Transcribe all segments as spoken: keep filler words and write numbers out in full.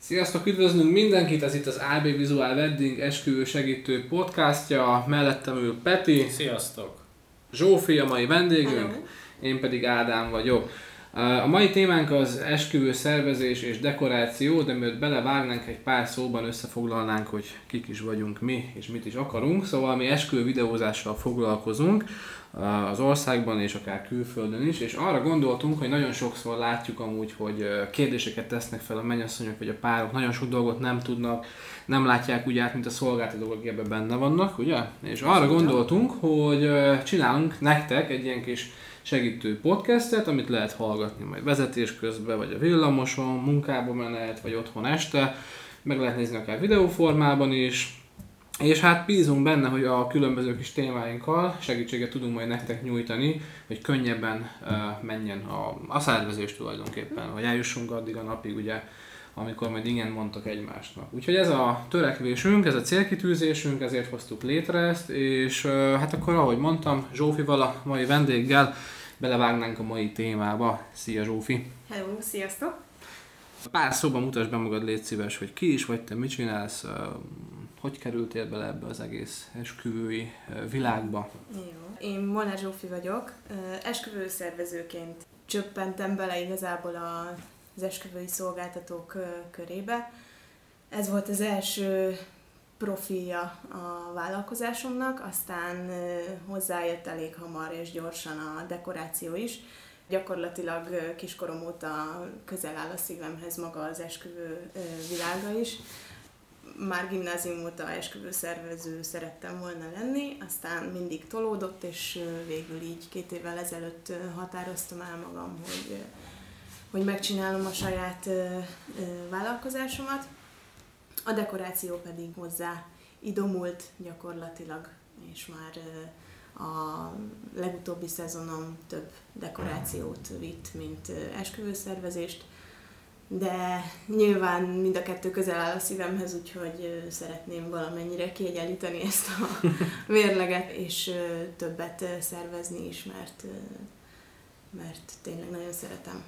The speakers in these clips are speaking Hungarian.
Sziasztok, üdvözlünk mindenkit, ez itt az á bé Visual Wedding esküvő segítő podcastja, mellettem ül Peti. Sziasztok! Zsófi a mai vendégünk, Hello. Én pedig Ádám vagyok. A mai témánk az esküvő szervezés és dekoráció, de mielőtt belevágnánk, egy pár szóban összefoglalnánk, hogy kik is vagyunk mi és mit is akarunk. Szóval mi esküvő videózással foglalkozunk az országban és akár külföldön is, és arra gondoltunk, hogy nagyon sokszor látjuk amúgy, hogy kérdéseket tesznek fel a mennyasszonyok vagy a párok, nagyon sok dolgot nem tudnak, nem látják úgy át, mint a szolgáltatók, akik ebben benne vannak, ugye? És arra gondoltunk, hogy csinálunk nektek egy ilyen kis segítő podcastet, amit lehet hallgatni majd vezetés közben, vagy a villamoson, munkába menet, vagy otthon este, meg lehet nézni akár videóformában is, és hát bízunk benne, hogy a különböző kis témáinkkal segítséget tudunk majd nektek nyújtani, hogy könnyebben uh, menjen a, a szervezés tulajdonképpen, hogy eljussunk addig a napig, ugye, amikor majd igen mondtak egymásnak. Úgyhogy ez a törekvésünk, ez a célkitűzésünk, ezért hoztuk létre ezt, és uh, hát akkor ahogy mondtam, Zsófival, a mai vendéggel belevágnánk a mai témába. Szia Zsófi! Hello, sziasztok! Pár szóban mutasd be magad, légy szíves, hogy ki is vagy, te mit csinálsz, uh, hogy kerültél bele ebbe az egész esküvői uh, világba? Jó. Én Molnár Zsófi vagyok, esküvőszervezőként csöppentem bele igazából az esküvői szolgáltatók körébe. Ez volt az első profilja a vállalkozásomnak, aztán hozzájött elég hamar és gyorsan a dekoráció is. Gyakorlatilag kiskorom óta közel áll a szívemhez maga az esküvő világa is. Már gimnázium óta esküvőszervező szerettem volna lenni, aztán mindig tolódott, és végül így két évvel ezelőtt határoztam el magam, hogy, hogy megcsinálom a saját vállalkozásomat. A dekoráció pedig hozzá idomult gyakorlatilag, és már a legutóbbi szezonom több dekorációt vitt, mint esküvőszervezést, de nyilván mind a kettő közel áll a szívemhez, úgyhogy szeretném valamennyire kiegyenlíteni ezt a mérleget, és többet szervezni is, mert, mert tényleg nagyon szeretem.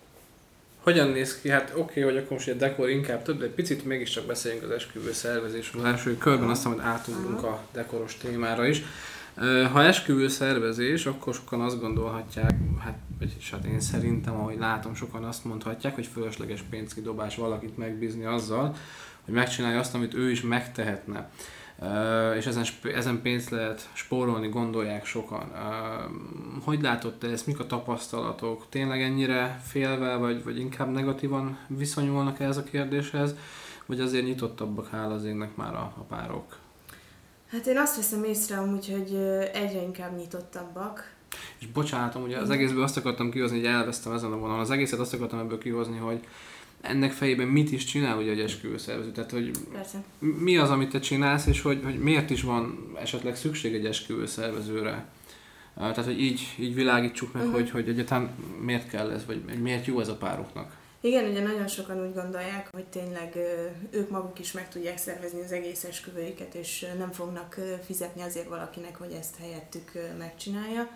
Hogyan néz ki? Hát oké, okay, hogy akkor most egy dekor inkább több, de egy picit mégiscsak beszéljünk az esküvő szervezésről. Az első körben azt hiszem, hogy átugrunk a dekoros témára is. Ha esküvő szervezés, akkor sokan azt gondolhatják, hát, vagyis hát én szerintem, ahogy látom, sokan azt mondhatják, hogy fölösleges pénzkidobás valakit megbízni azzal, hogy megcsinálja azt, amit ő is megtehetne. És ezen, ezen pénzt lehet spórolni, gondolják sokan. Hogy látod te ezt, mik a tapasztalatok? Tényleg ennyire félve, vagy, vagy inkább negatívan viszonyulnak ehhez a kérdéshez? Vagy azért nyitottabbak, hála az égnek már a, a párok? Hát én azt veszem észre amúgy, hogy egyre inkább nyitottabbak. És bocsánatom, ugye az egészből azt akartam kihozni, hogy elvesztem ezen a vonalon. Az egészet azt akartam ebből kihozni, hogy ennek fejében mit is csinál ugye egy esküvőszervező? Tehát, hogy Persze. Mi az, amit te csinálsz, és hogy, hogy miért is van esetleg szükség egy esküvőszervezőre? Tehát, hogy így, így világítsuk meg, uh-huh. hogy, hogy egyáltalán miért kell ez, vagy miért jó ez a pároknak? Igen, ugye nagyon sokan úgy gondolják, hogy tényleg ők maguk is meg tudják szervezni az egész esküvőiket, és nem fognak fizetni azért valakinek, hogy ezt helyettük megcsinálja.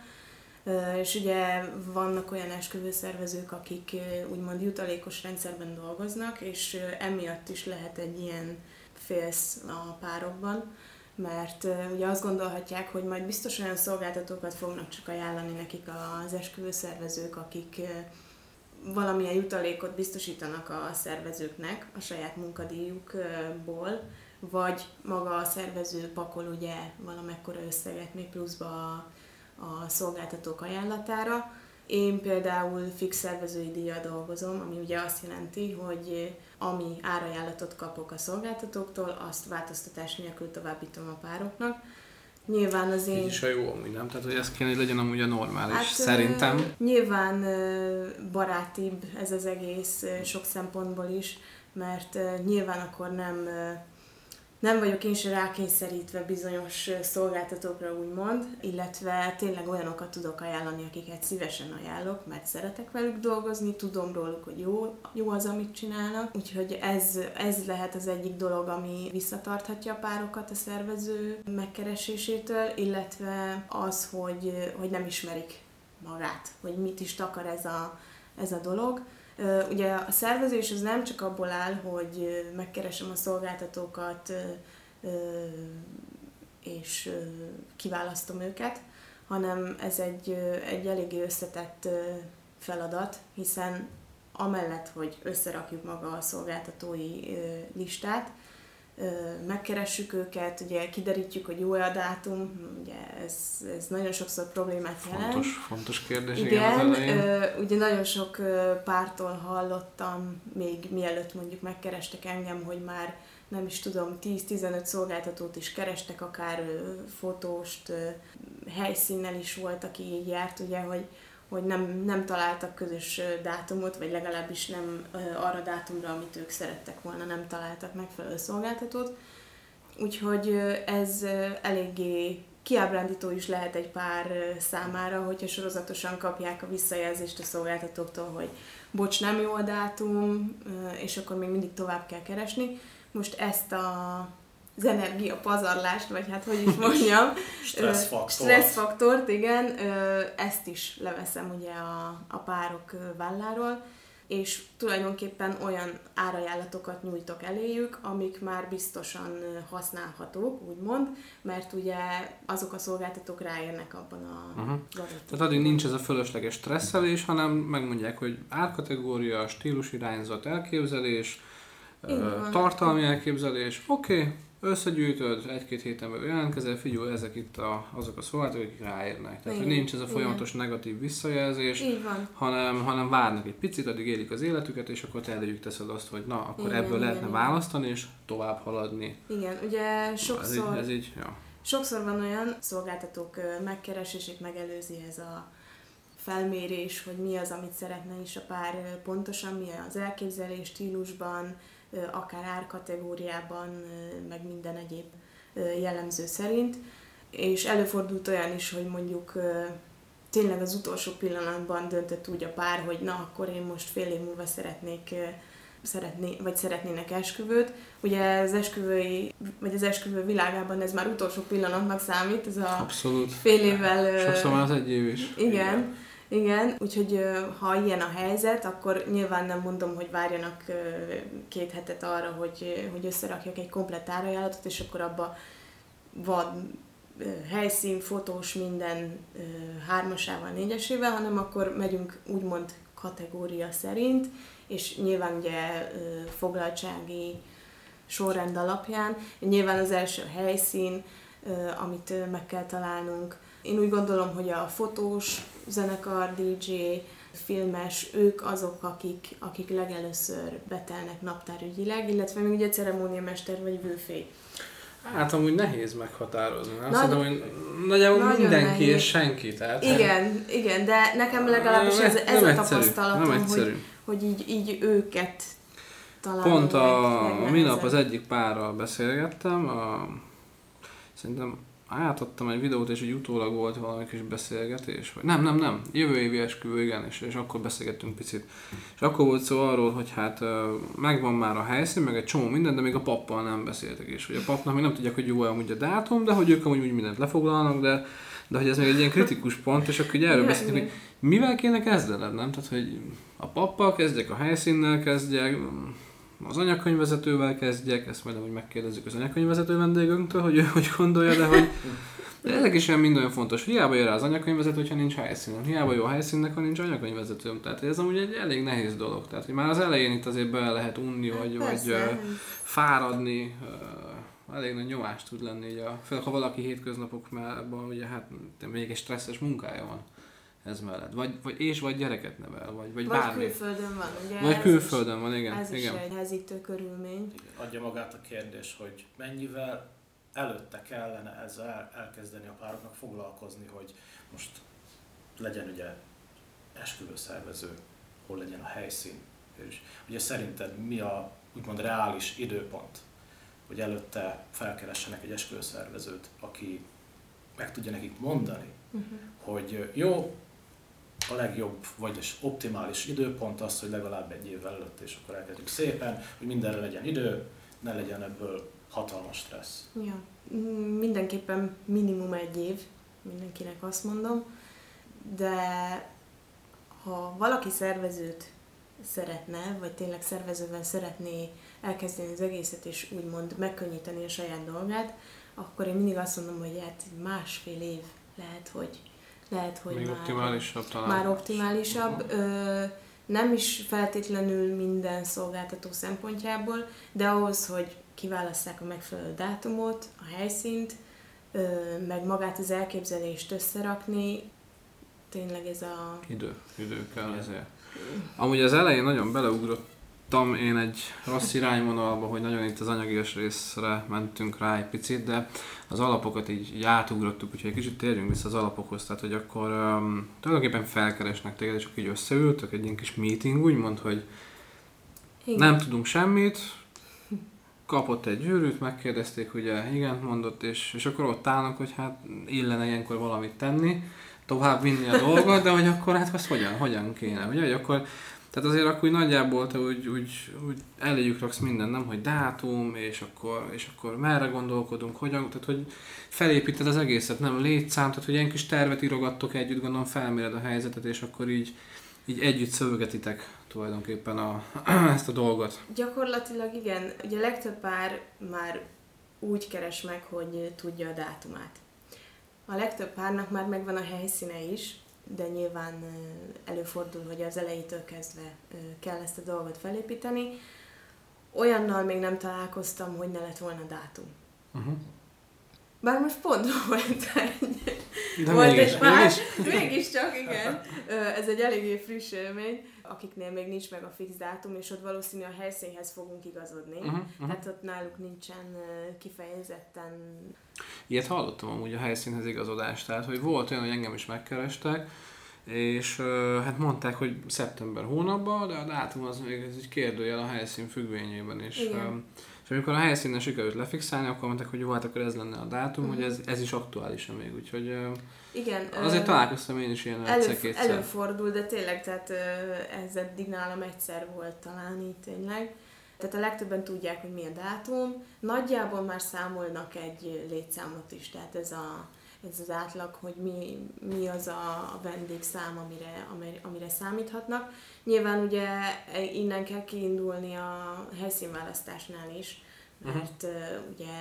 És ugye vannak olyan esküvőszervezők, akik úgymond jutalékos rendszerben dolgoznak, és emiatt is lehet egy ilyen félsz a párokban, mert ugye azt gondolhatják, hogy majd biztos olyan szolgáltatókat fognak csak ajánlani nekik az esküvőszervezők, akik valamilyen jutalékot biztosítanak a szervezőknek a saját munkadíjukból, vagy maga a szervező pakol ugye valamekkora összeget még pluszba a, a szolgáltatók ajánlatára. Én például fix szervezői díjjal dolgozom, ami ugye azt jelenti, hogy ami árajánlatot kapok a szolgáltatóktól, azt változtatás nélkül továbbítom a pároknak. Nyilván az én... Így is a jó amúgy, nem? Tehát, hogy ez kéne, hogy legyen amúgy a normális, hát, szerintem. Uh, nyilván uh, barátibb ez az egész uh, sok szempontból is, mert uh, nyilván akkor nem, uh, nem vagyok én se rákényszerítve bizonyos uh, szolgáltatókra úgymond, illetve tényleg olyanokat tudok ajánlani, akiket szívesen ajánlok, mert szeretek velük dolgozni, tudom róluk, hogy jó, jó az, amit csinálnak. Úgyhogy ez, ez lehet az egyik dolog, ami visszatarthatja a párokat a szervező megkeresésétől, illetve az, hogy, hogy nem ismerik magát, hogy mit is takar ez a, ez a dolog. Ugye a szervezés az nem csak abból áll, hogy megkeresem a szolgáltatókat és kiválasztom őket, hanem ez egy, egy eléggé összetett feladat, hiszen amellett, hogy összerakjuk maga a szolgáltatói listát, megkeressük őket, ugye kiderítjük, hogy jó-e a dátum, ugye ez, ez nagyon sokszor problémát jelent. Fontos, fontos kérdés. Igen, igen ugye nagyon sok pártól hallottam, még mielőtt mondjuk megkerestek engem, hogy már nem is tudom, tíz-tizenöt szolgáltatót is kerestek, akár fotóst, helyszínnel is volt, aki így járt, ugye, hogy, hogy nem, nem találtak közös dátumot, vagy legalábbis nem arra dátumra, amit ők szerettek volna, nem találtak megfelelő szolgáltatót. Úgyhogy ez eléggé kiábrándító is lehet egy pár számára, hogyha sorozatosan kapják a visszajelzést a szolgáltatóktól, hogy bocs, nem jó a dátum, és akkor még mindig tovább kell keresni. Most ezt a, az energiapazarlást, vagy hát hogy is mondjam, stresszfaktort. stresszfaktort, igen, ezt is leveszem ugye a, a párok válláról, és tulajdonképpen olyan árajánlatokat nyújtok eléjük, amik már biztosan használhatók, úgymond, mert ugye azok a szolgáltatók ráérnek abban a uh-huh. az adott. Tehát addig nincs ez a fölösleges stresszelés, hanem megmondják, hogy árkategória, stílusirányzat, elképzelés, tartalmi elképzelés, oké, okay, összegyűjtöd, egy-két héten belül jelentkezel, figyelj, ezek itt a, azok a szolgáltatók, akik ráérnek. Tehát, hogy nincs ez a folyamatos igen. negatív visszajelzés, hanem, hanem várnak egy picit, addig élik az életüket, és akkor te eléjük teszed azt, hogy na, akkor igen, ebből igen, lehetne igen. választani, és tovább haladni. Igen, ugye sokszor, ez így, ez így, ja. sokszor van olyan szolgáltatók megkeresését megelőzi ez a felmérés, hogy mi az, amit szeretne is a pár pontosan, mi az elképzelés stílusban, akár árkategóriában, meg minden egyéb jellemző szerint. És előfordult olyan is, hogy mondjuk tényleg az utolsó pillanatban döntött úgy a pár, hogy na, akkor én most fél év múlva szeretnék, szeretné, vagy szeretnének esküvőt. Ugye az esküvői, vagy az esküvő világában ez már utolsó pillanatnak számít, ez a abszolút. Fél évvel... Sokszor már az egy év is. Igen. igen. Igen, úgyhogy ha ilyen a helyzet, akkor nyilván nem mondom, hogy várjanak két hetet arra, hogy, hogy összerakjak egy komplett árajánlatot, és akkor abba van helyszín, fotós, minden hármasával, négyesével, hanem akkor megyünk úgymond kategória szerint, és nyilván ugye foglaltsági sorrend alapján. Nyilván az első helyszín, amit meg kell találnunk. Én úgy gondolom, hogy a fotós, zenekar, dé dzsé, filmes, ők azok, akik, akik legelőször betelnek naptárügyileg, illetve még ugye ceremóniamester vagy vőfély. Hát amúgy nehéz meghatározni. Azt Nagy... mondom, hogy nagyjából mindenki nehéz. És senki. Tehát igen, igen, de nekem legalábbis ez, ez a tapasztalatom, hogy, hogy így, így őket találom. Pont a, a minap az egyik párral beszélgettem, a, szerintem átadtam egy videót, és egy utólag volt valami kis beszélgetés, vagy nem, nem, nem, jövő évi esküvő, igen, és, és akkor beszélgettünk picit. És akkor volt szó arról, hogy hát megvan már a helyszín, meg egy csomó minden, de még a pappal nem beszéltek, és hogy a papnak még nem tudják, hogy jó amúgy a dátum, de hogy ők amúgy úgy mindent lefoglalnak, de, de hogy ez még egy ilyen kritikus pont, és akkor ugye erről beszéltünk, hogy mivel kéne kezdened, nem? Tehát, hogy a pappal kezdjek, a helyszínnel kezdjek, az anyakönyvvezetővel kezdjek, ezt majd úgy megkérdezzük az anyakönyvvezető vendégünktől, hogy ő hogy gondolja, de hogy de ezek is mind olyan fontos, hogy hiába jön rá az anyakönyvvezető, hogyha nincs helyszínen. Hiába jó helyszínnek, ha nincs anyakönyvvezetőm. Tehát ez amúgy egy elég nehéz dolog. Tehát hogy már az elején itt azért bele lehet unni, vagy, vagy uh, fáradni, uh, elég nagy nyomást tud lenni. Ugye, főleg ha valaki hétköznapokban, ugye hát még egy stresszes munkája van ez mellett. Vagy, vagy és vagy gyereket nevel, vagy, vagy, vagy bármi. külföldön van, ugye? Vagy külföldön is, van, igen. Ez igen. is egy hezítő körülmény. Adja magát a kérdés, hogy mennyivel előtte kellene ezzel elkezdeni a pároknak foglalkozni, hogy most legyen ugye esküvőszervező, hol legyen a helyszín. És ugye szerinted mi a úgymond reális időpont, hogy előtte felkeressenek egy esküvőszervezőt, aki meg tudja nekik mondani, uh-huh. hogy jó, a legjobb, vagy optimális időpont az, hogy legalább egy évvel előtt, és akkor elkezdjük szépen, hogy mindenre legyen idő, ne legyen ebből hatalmas stressz. Ja, mindenképpen minimum egy év, mindenkinek azt mondom, de ha valaki szervezőt szeretne, vagy tényleg szervezővel szeretné elkezdeni az egészet, és úgymond megkönnyíteni a saját dolgát, akkor én mindig azt mondom, hogy hát másfél év lehet, hogy, lehet, hogy még már, optimálisabb talán. már optimálisabb. Ö, nem is feltétlenül minden szolgáltató szempontjából, de ahhoz, hogy kiválasszák a megfelelő dátumot, a helyszínt, ö, meg magát az elképzelést összerakni, tényleg ez a... Idő, idő kell ezért. Amúgy az elején nagyon beleugrottam én egy rossz irányvonalba, hogy nagyon itt az anyagias részre mentünk rá egy picit, de az alapokat így, így átugrottuk, úgyhogy egy kicsit térjünk vissza az alapokhoz, tehát hogy akkor um, tulajdonképpen felkeresnek téged, és akkor így összeültök, egy ilyen kis meeting úgymond, hogy igen. Nem tudunk semmit, kapott egy gyűrűt, megkérdezték, ugye igen mondott, és, és akkor ott állnak, hogy hát illene ilyenkor valamit tenni, tovább vinni a dolgot, de hogy akkor hát azt hogyan, hogyan kéne, ugye, hogy akkor, tehát azért akkor úgy nagyjából te úgy, úgy, úgy eléjük raksz minden, nem, hogy dátum, és akkor, és akkor merre gondolkodunk, hogyan, tehát hogy felépíted az egészet, nem létszám, tehát hogy ilyen kis tervet írogattok együtt, gondolom felméred a helyzetet, és akkor így, így együtt szövegetitek tulajdonképpen a, ezt a dolgot. Gyakorlatilag igen, ugye a legtöbb pár már úgy keres meg, hogy tudja a dátumát. A legtöbb párnak már megvan a helyszíne is, de nyilván előfordul, hogy az elejétől kezdve kell ezt a dolgot felépíteni. Olyannal még nem találkoztam, hogy ne lett volna dátum. Uh-huh. Bár most pont volt egy, de volt mégis, egy pár, mégis. mégiscsak igen. Ez egy eléggé friss élmény, akiknél még nincs meg a fix dátum, és ott valószínű a helyszínhez fogunk igazodni. Uh-huh, uh-huh. Tehát ott náluk nincsen kifejezetten... Ilyet hallottam amúgy a helyszínhez igazodás, tehát hogy volt olyan, hogy engem is megkerestek, és hát mondták, hogy szeptember hónapban, de a dátum az még egy kérdőjel a helyszín függvényében is. Igen. És amikor a helyszínen sikerült lefixálni, akkor mondták, hogy jó, hát akkor ez lenne a dátum, uh-huh. hogy ez, ez is aktuális még, úgyhogy igen, azért ö, találkoztam én is ilyen egyszer-kétszer. Előfordul, de tényleg, tehát ez eddig nálam egyszer volt talán így tényleg. Tehát a legtöbben tudják, hogy mi a dátum. Nagyjából már számolnak egy létszámot is, tehát ez, a, ez az átlag, hogy mi, mi az a vendégszám, amire, amire, amire számíthatnak. Nyilván ugye innen kell kiindulni a helyszínválasztásnál is, mert uh-huh. ugye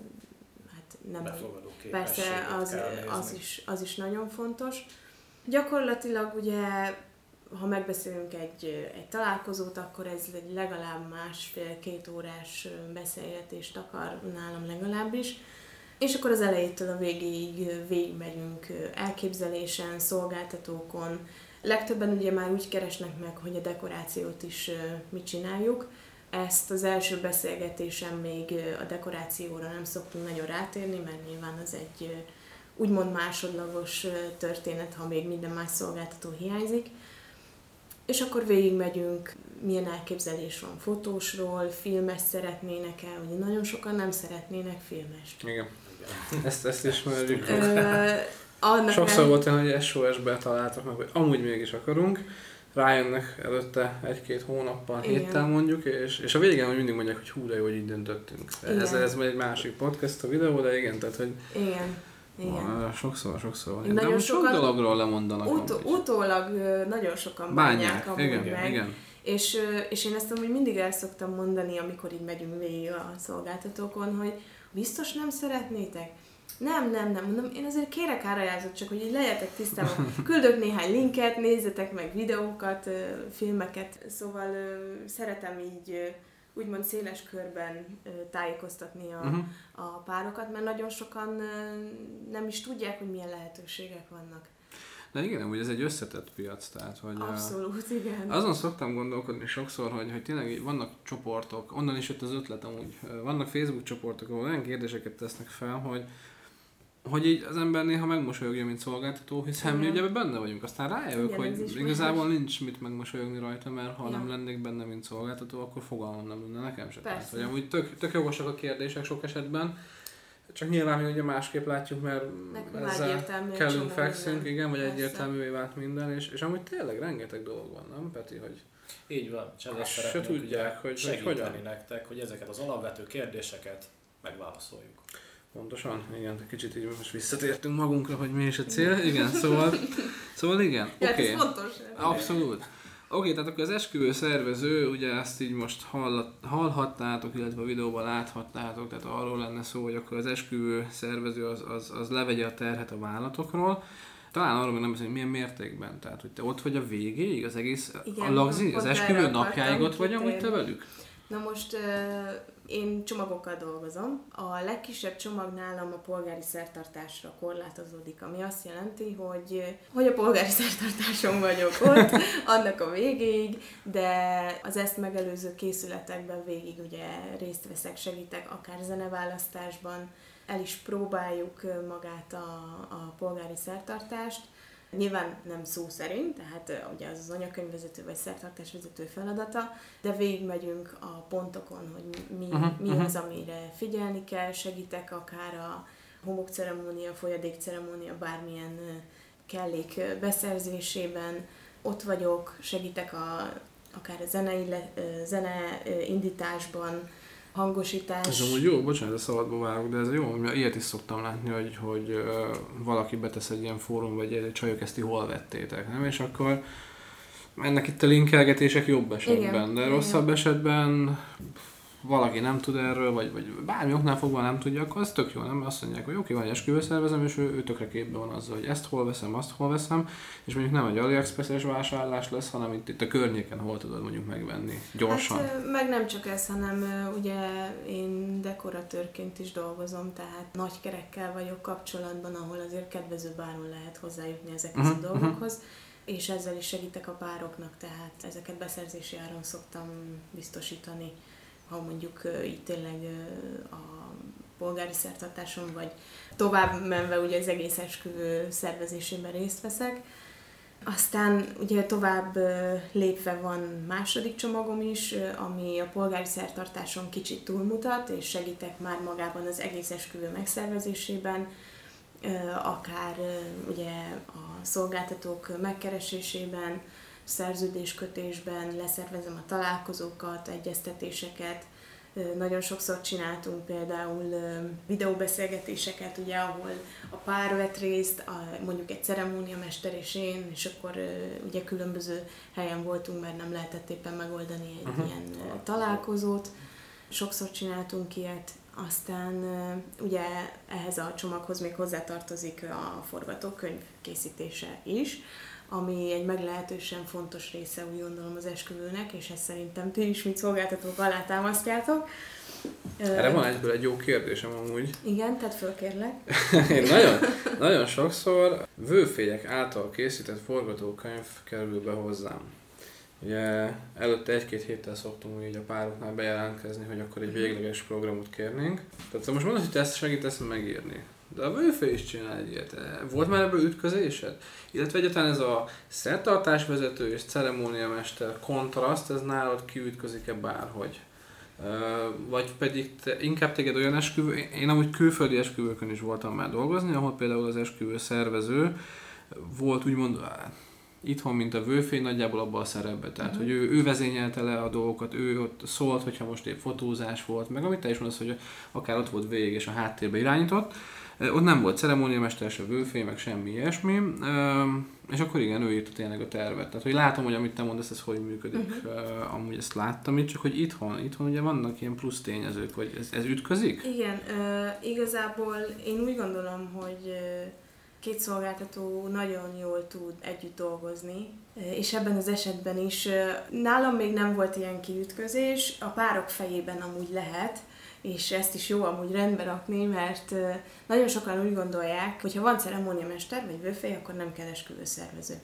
hát nem... Befogadó persze az, az, is, az is nagyon fontos. Gyakorlatilag ugye ha megbeszélünk egy, egy találkozót, akkor ez egy legalább másfél-két órás beszélgetést akar nálam legalábbis. És akkor az elejétől a végéig végigmegyünk elképzelésen, szolgáltatókon. Legtöbben ugye már úgy keresnek meg, hogy a dekorációt is mi csináljuk. Ezt az első beszélgetésen még a dekorációra nem szoktunk nagyon rátérni, mert nyilván az egy úgymond másodlagos történet, ha még minden más szolgáltató hiányzik. És akkor végigmegyünk, milyen elképzelés van fotósról, filmes szeretnének el, ugye nagyon sokan nem szeretnének filmest. Igen, ezt, ezt ismerjük. Annak Sokszor nem... volt olyan, hogy es o es-be találtak meg, hogy amúgy mégis akarunk, rájönnek előtte egy-két hónappal, héttel mondjuk, és, és a végén hogy mindig mondják, hogy hú, de jó, hogy így döntöttünk. Ez, ez egy másik podcast a videó, de igen, tehát hogy... Igen. Igen. Sokszor, sokszor van. De most sok dologról lemondanak. Ut- utólag nagyon sokan bánják, bánják igen, meg. Igen. És, és én ezt amúgy mindig el szoktam mondani, amikor így megyünk végig a szolgáltatókon, hogy biztos nem szeretnétek? Nem, nem, nem, mondom, én azért kérek árajázott, csak hogy így legyetek tisztában. Küldök néhány linket, nézzetek meg videókat, filmeket, szóval szeretem így úgymond széles körben tájékoztatni a, uh-huh. a párokat, mert nagyon sokan nem is tudják, hogy milyen lehetőségek vannak. De igen, ugye ez egy összetett piac, tehát hogy... Abszolút, igen. Azon szoktam gondolkodni sokszor, hogy, hogy tényleg vannak csoportok, onnan is jött az ötlet amúgy, vannak Facebook csoportok, ahol olyan kérdéseket tesznek fel, hogy hogy így az ember néha megmosolyogja, mint szolgáltató, hiszen igen. mi ugye benne vagyunk. Aztán rájövök, igen, hogy igazából más. Nincs mit megmosolyogni rajta, mert ha ja. nem lennék benne, mint szolgáltató, akkor fogalmam nem lenne nekem sem. Tehát, hogy amúgy tök, tök jogosak a kérdések sok esetben, csak nyilván mi ugye másképp látjuk, mert nekünk ezzel kellünk, fekszünk, igen, vagy persze. egyértelművé vált minden, és, és amúgy tényleg rengeteg dolog van, nem Peti, hogy... Így van, csak ezt szeretnénk tudják, hogy, segíteni hogy nektek, hogy ezeket az alapvető kérdéseket megválaszoljuk. Pontosan, igen, kicsit így most visszatértünk magunkra, hogy mi is a cél, igen, szóval, szóval igen, ja, oké. Okay. Ez fontos. Abszolút. Oké, tehát akkor az esküvő szervező, ugye ezt így most hallat, hallhattátok, illetve a videóban láthattátok, tehát arról lenne szó, hogy akkor az esküvő szervező az, az, az levegye a terhet a vállatokról. Talán arról még nem beszélni, hogy milyen mértékben, tehát hogy te ott vagy a végéig, az egész, igen, a lagzi, az esküvő napjáig ott vagy amúgy te velük? Na most uh, én csomagokkal dolgozom. A legkisebb csomag nálam a polgári szertartásra korlátozódik, ami azt jelenti, hogy, hogy a polgári szertartáson vagyok ott, annak a végéig, de az ezt megelőző készületekben végig ugye részt veszek, segítek, akár zeneválasztásban, el is próbáljuk magát a, a polgári szertartást. Nyilván nem szó szerint, tehát ugye az az anyakönyvvezető vagy szertartásvezető feladata, de végigmegyünk a pontokon, hogy mi, uh-huh, mi uh-huh. az, amire figyelni kell, segítek akár a homokceremónia, folyadékceremónia, bármilyen kellék beszerzésében, ott vagyok, segítek a, akár a zene, zene indításban, hangosítás. Ez amúgy jó, bocsánat, a szabadba vágok, de ez jó, mert ilyet is szoktam látni, hogy, hogy uh, valaki betesz egy ilyen fórum, vagy egy csajok ezt hol vettétek, nem? És akkor ennek itt a linkelgetések jobb esetben, igen, de rosszabb igen. esetben valaki nem tud erről, vagy, vagy bármi oknál fogva nem tudja, akkor az tök jó, nem? Azt mondják, hogy oké, van egy esküvőszervezem, és ő, ő tökre képben van azzal, hogy ezt hol veszem, azt hol veszem, és mondjuk nem egy AliExpress-es vásárlás lesz, hanem itt, itt a környéken hol tudod mondjuk megvenni gyorsan. Hát, meg nem csak ez, hanem ugye én dekoratőrként is dolgozom, tehát nagy kerekkel vagyok kapcsolatban, ahol azért kedvező áron lehet hozzájutni ezekhez uh-huh, a dolgokhoz. Uh-huh. És ezzel is segítek a pároknak, tehát ezeket beszerzési áron szoktam biztosítani, ha mondjuk így tényleg a polgári szertartáson, vagy tovább menve ugye az egész esküvő szervezésében részt veszek. Aztán ugye tovább lépve van második csomagom is, ami a polgári szertartáson kicsit túlmutat, és segítek már magában az egész esküvő megszervezésében, akár ugye a szolgáltatók megkeresésében, szerződéskötésben, leszervezem a találkozókat, egyeztetéseket. Nagyon sokszor csináltunk például videóbeszélgetéseket, ugye, ahol a pár vett részt, mondjuk egy ceremóniamester és én, és akkor ugye különböző helyen voltunk, mert nem lehetett éppen megoldani egy uh-huh. ilyen találkozót. Sokszor csináltunk ilyet. Aztán ugye ehhez a csomaghoz még hozzátartozik a forgatókönyv készítése is, ami egy meglehetősen fontos része, úgy gondolom, az esküvőnek, és ezt szerintem ti is, mint szolgáltatók alátámasztjátok. Erre van egyből egy jó kérdésem amúgy. Igen, tehát fölkérlek. Én nagyon, nagyon sokszor vőfélyek által készített forgatókönyv kerül be hozzám. Ugye előtte egy-két héttel szoktunk így a pároknál bejelentkezni, hogy akkor egy végleges programot kérnénk. Tehát most mondod, hogy te ezt segítesz megírni. De a vőfély is csinál egy ilyet. Volt már ebből ütközésed? Illetve egyáltalán ez a szertartásvezető és ceremóniamester kontraszt, ez nálad kiütközik-e bárhogy? Vagy pedig te, inkább téged olyan esküvő, én amúgy külföldi esküvőkön is voltam már dolgozni, ahol például az esküvő szervező volt úgymond itthon, mint a vőfény, nagyjából abban a szerepben. Tehát, uh-huh. hogy ő, ő vezényelte le a dolgokat, ő ott szólt, hogyha most épp fotózás volt, meg amit te is mondasz, hogy akár ott volt végig és a háttérbe irányított. Ott nem volt ceremóniamester, se vőfény, meg semmi ilyesmi, és akkor igen, ő írta tényleg a tervet. Tehát, hogy látom, hogy amit te mondasz, ez hogy működik, uh-huh. amúgy ezt láttam itt, csak hogy itthon, itthon ugye vannak ilyen plusz tényezők, vagy ez, ez ütközik? Igen, uh, igazából én úgy gondolom, hogy uh, két szolgáltató nagyon jól tud együtt dolgozni, és ebben az esetben is nálam még nem volt ilyen kiütközés, a párok fejében amúgy lehet, és ezt is jó amúgy rendbe rakni, mert nagyon sokan úgy gondolják, hogy ha van ceremóniamester vagy vőfély, akkor nem kell esküvőszervező.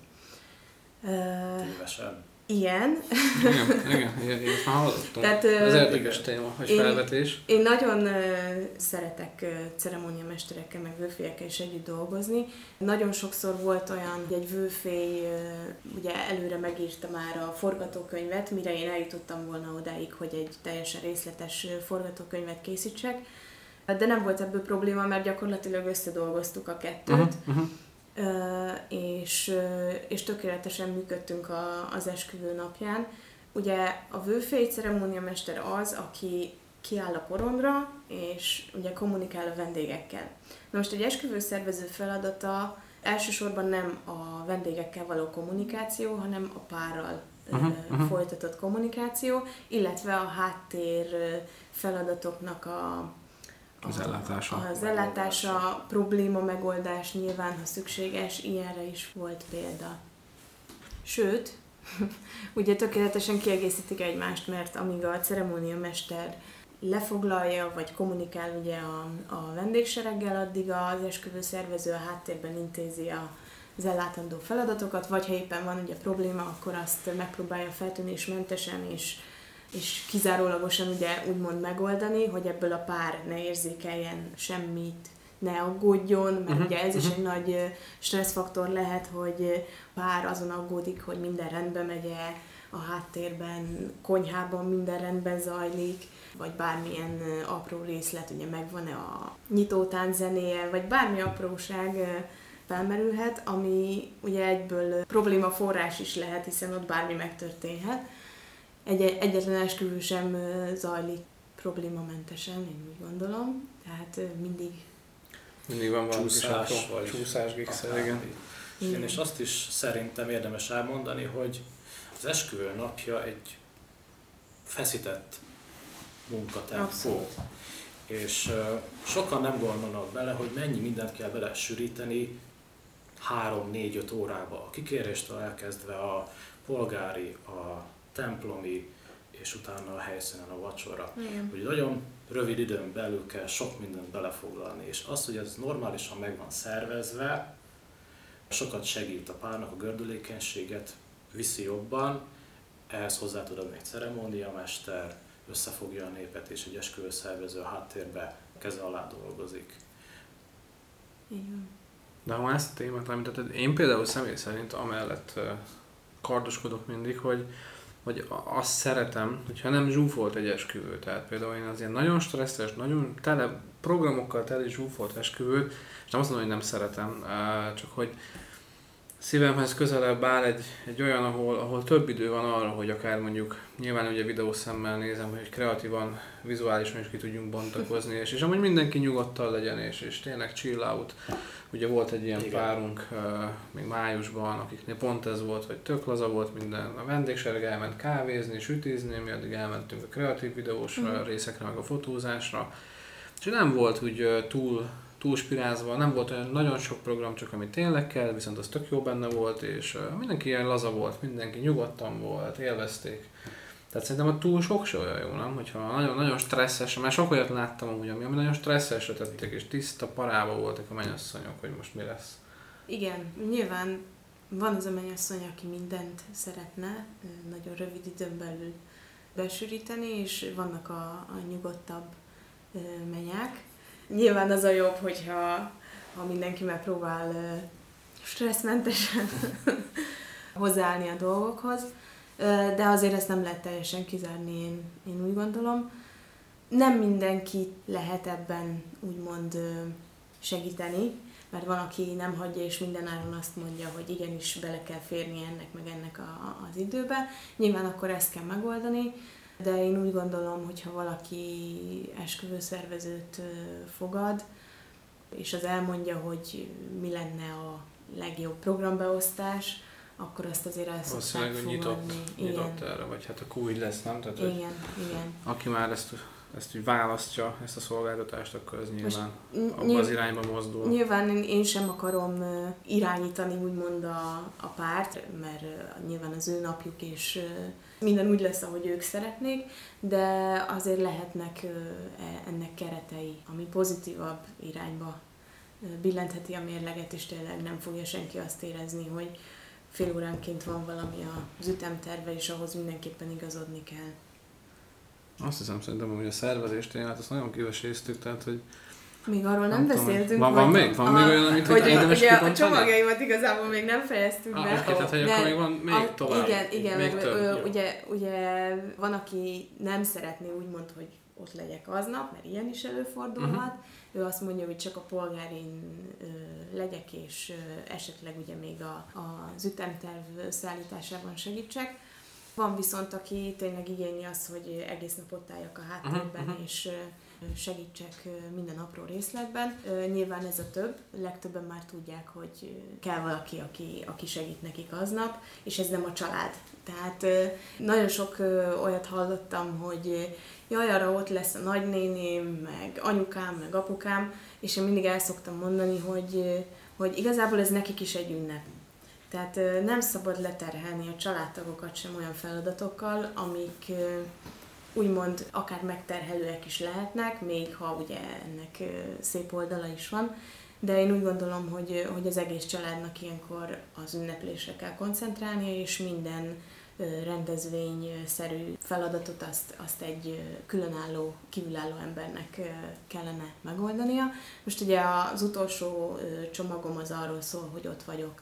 Tévesen. Igen. Igen, igen, igen, én már hallottam. Tehát, ez érdekes téma, hogy én, felvetés. Én nagyon uh, szeretek uh, ceremóniamesterekkel, meg vőfélyekkel is együtt dolgozni. Nagyon sokszor volt olyan, hogy egy vőfély uh, ugye előre megírta már a forgatókönyvet, mire én eljutottam volna odáig, hogy egy teljesen részletes forgatókönyvet készítsek. De nem volt ebből probléma, mert gyakorlatilag összedolgoztuk a kettőt. Uh-huh, uh-huh. Uh, és, uh, és tökéletesen működtünk a, az esküvő napján. Ugye a vőfély ceremóniamester az, aki kiáll a porondra, és ugye kommunikál a vendégekkel. Na most egy esküvőszervező feladata elsősorban nem a vendégekkel való kommunikáció, hanem a párral uh-huh, uh-huh. folytatott kommunikáció, illetve a háttér feladatoknak a Az ellátása. Az ellátása, probléma megoldás nyilván, ha szükséges, ilyenre is volt példa. Sőt, ugye tökéletesen kiegészítik egymást, mert amíg a ceremóniamester lefoglalja, vagy kommunikál ugye a, a vendégsereggel, addig az esküvőszervező a háttérben intézi a, az ellátandó feladatokat, vagy ha éppen van ugye probléma, akkor azt megpróbálja feltűnésmentesen és és kizárólagosan ugye úgymond megoldani, hogy ebből a pár ne érzékeljen semmit, ne aggódjon, mert uh-huh, ugye ez uh-huh. is egy nagy stresszfaktor lehet, hogy pár azon aggódik, hogy minden rendben megy-e, a háttérben, konyhában minden rendben zajlik, vagy bármilyen apró részlet, ugye megvan-e a nyitótánc zenéje, vagy bármi apróság felmerülhet, ami ugye egyből probléma forrás is lehet, hiszen ott bármi megtörténhet. Egy, egyetlen esküvő sem zajlik problémamentesen, én úgy gondolom. Tehát mindig... Mindig van valami csúszás, vagy csúszás, gigszer, igen. Én és azt is szerintem érdemes elmondani, hogy az esküvő napja egy feszített munkatempó. És uh, sokan nem gondolnak bele, hogy mennyi mindent kell bele sűríteni három-négy-öt órába. A kikéréstől elkezdve a polgári, a templomi, és utána a helyszínen a vacsora. Hogy nagyon rövid időn belül kell sok mindent belefoglalni, és az, hogy ez normálisan meg van szervezve, sokat segít a párnak, a gördülékenységet viszi jobban, ehhez hozzá tud adni egy ceremóniamester, összefogja a népet, és egy esküvőszervező a háttérbe keze alá dolgozik. Igen. De ha ezt a témát említetted, én például személy szerint amellett kardoskodok mindig, hogy hogy azt szeretem, hogyha nem zsúfolt egy esküvő. Tehát például én az ilyen nagyon stresszes, nagyon tele programokkal tele zsúfolt esküvőt, és nem azt mondom, hogy nem szeretem, csak hogy szívemhez közelebb áll egy, egy olyan, ahol, ahol több idő van arra, hogy akár mondjuk, nyilván ugye videószemmel nézem, hogy kreatívan, vizuálisan is ki tudjunk bontakozni, és, és amúgy mindenki nyugodtan legyen, és, és tényleg chill out. Ugye volt egy ilyen Igen. párunk uh, még májusban, akiknél pont ez volt, hogy tök laza volt minden. A vendégsereg elment kávézni, sütizni, mi addig elmentünk a kreatív videós mm. részekre, meg a fotózásra. És nem volt úgy uh, túl, túl spirázva, nem volt olyan nagyon sok program, csak ami tényleg kell, viszont az tök jó benne volt, és uh, mindenki ilyen laza volt, mindenki nyugodtan volt, élvezték. Tehát szerintem a túl sok se olyan jó, nem? Hogyha nagyon, nagyon stresszes, mert sok olyat láttam amúgy, ami nagyon stresszesre tették, és tiszta parába voltak a mennyasszonyok, hogy most mi lesz. Igen, nyilván van az a mennyasszony, aki mindent szeretne, nagyon rövid időn belül besűríteni, és vannak a, a nyugodtabb mennyák. Nyilván az a jobb, hogyha ha mindenki megpróbál stresszmentesen hozzáállni a dolgokhoz, de azért ezt nem lehet teljesen kizárni, én, én úgy gondolom. Nem mindenki lehet ebben úgymond segíteni, mert van, aki nem hagyja és mindenáron azt mondja, hogy igenis bele kell férni ennek meg ennek a, az időbe. Nyilván akkor ezt kell megoldani, de én úgy gondolom, hogy ha valaki esküvőszervezőt fogad, és az elmondja, hogy mi lenne a legjobb programbeosztás, akkor azt azért el szokták fogadni. Nyitott, nyitott erre, vagy hát akkor úgy lesz, nem? Tehát, igen, igen. Aki már ezt, ezt úgy választja, ezt a szolgáltatást, akkor ez nyilván abban nyilv, az irányba mozdul. Nyilván én sem akarom irányítani úgymond a, a párt, mert nyilván az ő napjuk, és minden úgy lesz, ahogy ők szeretnék, de azért lehetnek ennek keretei, ami pozitívabb irányba billentheti a mérleget, és tényleg nem fogja senki azt érezni, hogy fél óránként van valami az ütemterve, és ahhoz mindenképpen igazodni kell. Azt hiszem, szerintem, hogy a szervezés témát azt nagyon kiveséztük, tehát, hogy... Még arról nem, nem beszéltünk. Van, van még? Van a, még olyan, amit hogy érdemes kipontani? A csomagjaimat igazából még nem fejeztük ah, be. Okay, tehát, hogy akkor még van még a, tovább. Igen, igen még meg, több, ö, ugye, ugye van, aki nem szeretné úgymond, hogy ott legyek aznap, mert ilyen is előfordulhat. Uh-huh. Ő azt mondja, hogy csak a polgárin ö, legyek, és ö, esetleg ugye még a, az ütemterv összeállításában segítsek. Van viszont, aki tényleg igényli azt, hogy egész nap ott álljak a háttérben, uh-huh. és, segítsek minden apró részletben. Nyilván ez a több, legtöbben már tudják, hogy kell valaki, aki, aki segít nekik aznap, és ez nem a család. Tehát nagyon sok olyat hallottam, hogy jaj, arra ott lesz a nagynéném, meg anyukám, meg apukám, és én mindig el szoktam mondani, hogy, hogy igazából ez nekik is egy ünnep. Tehát nem szabad leterhelni a családtagokat sem olyan feladatokkal, amik úgymond akár megterhelőek is lehetnek, még ha ugye ennek szép oldala is van, de én úgy gondolom, hogy, hogy az egész családnak ilyenkor az ünneplésre kell koncentrálnia, és minden rendezvényszerű feladatot azt, azt egy különálló, kívülálló embernek kellene megoldania. Most ugye az utolsó csomagom az arról szól, hogy ott vagyok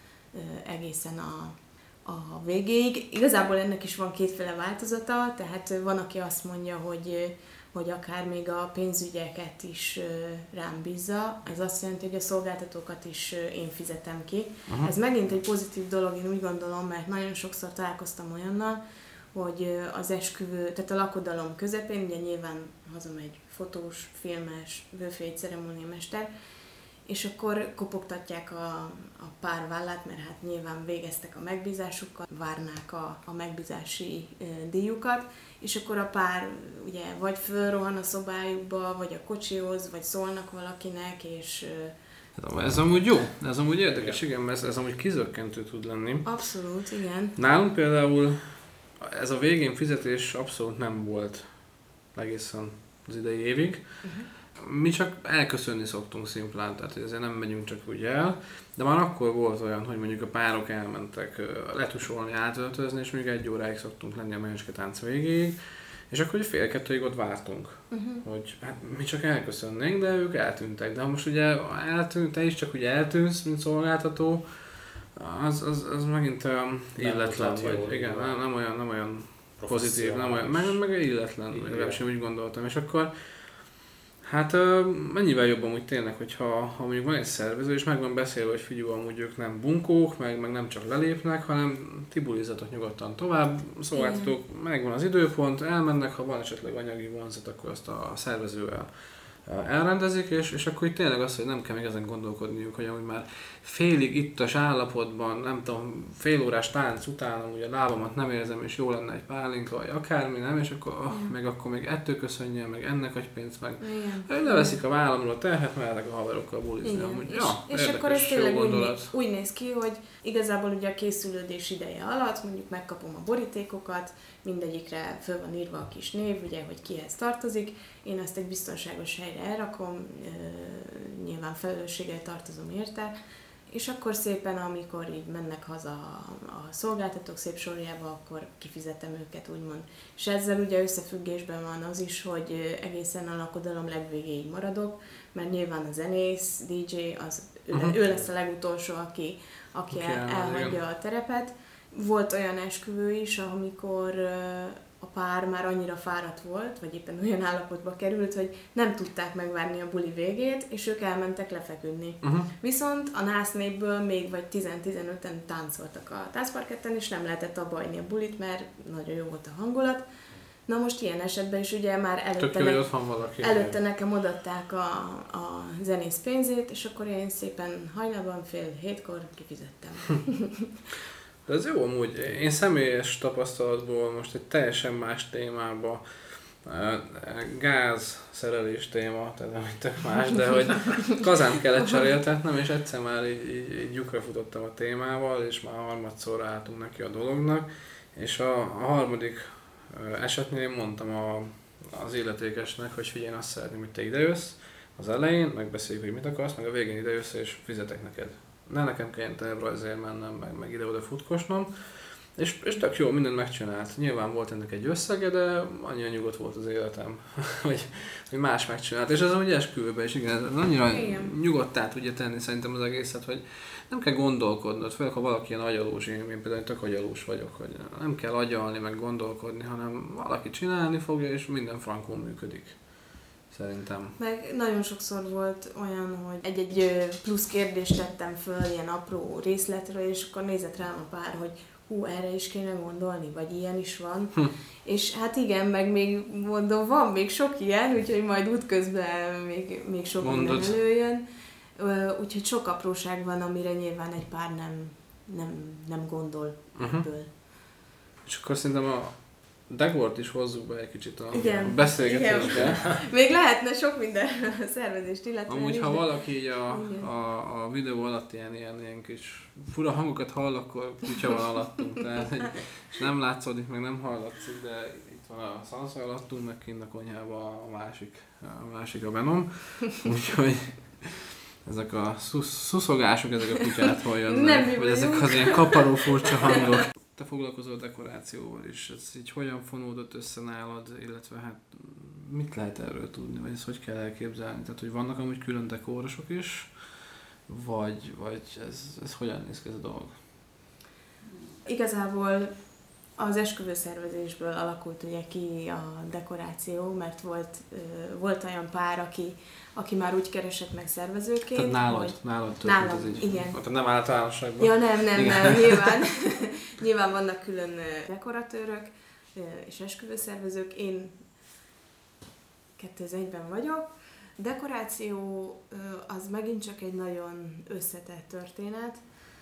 egészen a, a végéig. Igazából ennek is van kétféle változata, tehát van, aki azt mondja, hogy, hogy akár még a pénzügyeket is rám bízza. Ez azt jelenti, hogy a szolgáltatókat is én fizetem ki. Aha. Ez megint egy pozitív dolog, én úgy gondolom, mert nagyon sokszor találkoztam olyannal, hogy az esküvő, tehát a lakodalom közepén, ugye nyilván hazamegy fotós, filmes, vőfély ceremóniamester, és akkor kopogtatják a, a pár vállát, mert hát nyilván végeztek a megbízásukkal, várnák a, a megbízási e, díjukat, és akkor a pár ugye vagy fölrohan a szobájukba, vagy a kocsihoz, vagy szólnak valakinek, és... E, ez amúgy jó, ez amúgy érdekes, igen, mert ez, ez amúgy kizökkentő tud lenni. Abszolút, igen. Nálunk például ez a végén fizetés abszolút nem volt egészen az idei évig. Uh-huh. Mi csak elköszönni szoktunk szimplán, tehát ezért nem megyünk csak úgy el, de már akkor volt olyan, hogy mondjuk a párok elmentek letusolni, átöltözni, és még egy óráig szoktunk lenni a Menyeske-tánc végéig, és akkor fél kettőig ott vártunk, uh-huh. hogy hát mi csak elköszönnénk, de ők eltűntek. De ha most ugye eltűnt, te is csak ugye eltűnsz, mint szolgáltató, az, az, az megint olyan illetlen, vagy igen, nem, nem olyan, nem olyan pozitív, nem olyan, meg, meg illetlen, legalábbis úgy gondoltam, és akkor hát mennyivel jobb amúgy tényleg, hogyha ha mondjuk van egy szervező, és meg van beszélve, hogy figyelj, amúgy ők nem bunkók, meg, meg nem csak lelépnek, hanem ti bulizatok nyugodtan tovább, szolgáltatók, megvan az időpont, elmennek, ha van esetleg anyagi vonzat, akkor azt a szervezővel elrendezik, és, és akkor itt tényleg az, hogy nem kell még ezen gondolkodniuk, hogy amúgy már félig ittas állapotban, nem tudom, fél órás tánc után amúgy a lábamat nem érzem, és jó lenne egy pálinka, vagy akármi, nem, és akkor, oh, meg akkor még ettől köszönjél, meg ennek adj pénzt, meg igen. Leveszik a vállamról a terhet, mehetek a haverokkal bulizni. Amúgy, és, ja, és akkor ez tényleg úgy, úgy néz ki, hogy igazából ugye a készülődés ideje alatt mondjuk megkapom a borítékokat, mindegyikre föl van írva a kis név, ugye, hogy kihez tartozik, én ezt egy biztonságos helyre elrakom, nyilván felelősséggel tartozom érte, és akkor szépen, amikor így mennek haza a szolgáltatók szép sorjába, akkor kifizetem őket, úgymond. És ezzel ugye összefüggésben van az is, hogy egészen a lakodalom legvégéig maradok, mert nyilván a zenész, dé dzsé, az, ő, uh-huh. ő lesz a legutolsó, aki, aki okay, el, elhagyja igen. a terepet. Volt olyan esküvő is, amikor a pár már annyira fáradt volt, vagy éppen olyan állapotba került, hogy nem tudták megvárni a buli végét, és ők elmentek lefeküdni. Uh-huh. Viszont a násznépből még vagy tíz-tizenöten táncoltak a táncparketten, és nem lehetett abba hagyni a bulit, mert nagyon jó volt a hangulat. Na most ilyen esetben is ugye már előtte, ne, valaki, előtte nekem odaadták a, a zenész pénzét, és akkor én szépen hajnalban fél hétkor kifizettem. De ez jó amúgy. Én személyes tapasztalatból most egy teljesen más témába, gázszerelés téma, tehát nem tök más, de hogy kazánt kellett cseréltetnem, és egyszer már így, így, így lyukra futottam a témával, és már harmadszorra álltunk neki a dolognak, és a, a harmadik esetnél mondtam a, az illetékesnek, hogy figyelj, azt szeretném, hogy te idejössz az elején, megbeszéljük, hogy mit akarsz, meg a végén idejössz, és fizetek neked. Ne nekem kelljen tervrajzért mennem, meg, meg ide-oda futkosnom. És, és tök jó, mindent megcsinált. Nyilván volt ennek egy összege, de annyira nyugodt volt az életem, hogy, hogy más megcsinált. És ez amúgy esküvőben is, igen, ez annyira igen. nyugodtá tudja tenni szerintem az egészet, hogy nem kell gondolkodnod, főleg ha valaki ilyen agyalós, én, én például tök agyalós vagyok, hogy nem kell agyalni, meg gondolkodni, hanem valaki csinálni fogja, és minden frankon működik. Szerintem. Meg nagyon sokszor volt olyan, hogy egy-egy plusz kérdést tettem föl ilyen apró részletről, és akkor nézett rám a pár, hogy hú, erre is kéne gondolni, vagy ilyen is van. Hm. És hát igen, meg még mondom, van még sok ilyen, úgyhogy majd útközben még, még sok Mondod. minden előjön. Úgyhogy sok apróság van, amire nyilván egy pár nem, nem, nem gondol uh-huh. ebből. És akkor szerintem a Degort is hozzuk be egy kicsit a igen, beszélgetésbe. Igen. Még lehetne sok minden szervezést illetően. Amúgy, is, ha de... valaki így a, a, a videó alatt ilyen, ilyen, ilyen kis fura hangokat hall, akkor kutya van alattunk. Tehát, és nem látszódik, meg nem hallatszik, de itt van a Sansa alattunk, meg kint a konyhában a másik, a másik a Venom. Úgyhogy ezek a szusz, szuszogások, ezek a kutyától jönnek, vagy ezek az ilyen kaparó furcsa hangok. Te foglalkozol a dekorációval is, ez így hogyan fonódott össze nálad, illetve hát mit lehet erről tudni, vagy ezt hogy kell elképzelni? Tehát, hogy vannak amúgy külön dekórosok is, vagy, vagy ez, ez hogyan néz ki ez a dolog? Igazából az esküvőszervezésből alakult ugye ki a dekoráció, mert volt, volt olyan pár, aki, aki már úgy keresett meg szervezőként. Tehát nálad, hogy nálad történt nálam, ez így? igen. Tehát nem általánosságban? Ja, nem, nem, igen. nem, nyilván, nyilván vannak külön dekoratőrök és esküvőszervezők. Én kettő-egyben vagyok. Dekoráció az megint csak egy nagyon összetett történet.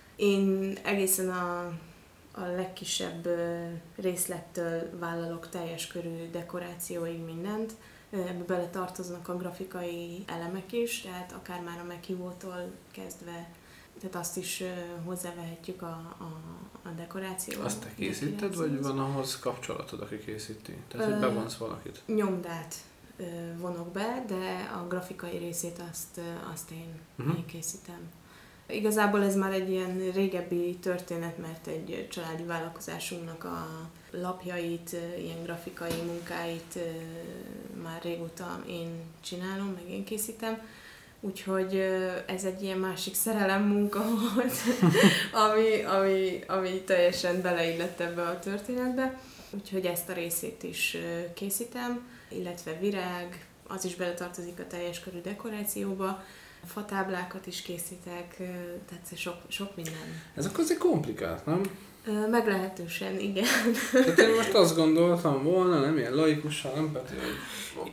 Én egészen a a legkisebb részlettől vállalok teljes körű dekorációig mindent. Ebbe bele tartoznak a grafikai elemek is, tehát akár már a meghívótól kezdve, tehát azt is hozzávehetjük a, a, a dekorációhoz. Azt te készíted, vagy van ahhoz kapcsolatod, aki készíti? Tehát, hogy bevonsz valakit? Nyomdát vonok be, de a grafikai részét azt, azt én, uh-huh. én készítem. Igazából ez már egy ilyen régebbi történet, mert egy családi vállalkozásunknak a lapjait, ilyen grafikai munkáit már régóta én csinálom, meg én készítem. Úgyhogy ez egy ilyen másik szerelem munka volt, ami, ami, ami teljesen beleillett ebbe a történetbe. Úgyhogy ezt a részét is készítem, illetve virág, az is beletartozik a teljes körű dekorációba. Fatáblákat is készítek, tehát sok, sok minden. Ez akkor azért komplikált, nem? Meglehetősen, igen. Tehát én most azt gondoltam volna, nem ilyen laikusan, nem Peti, hogy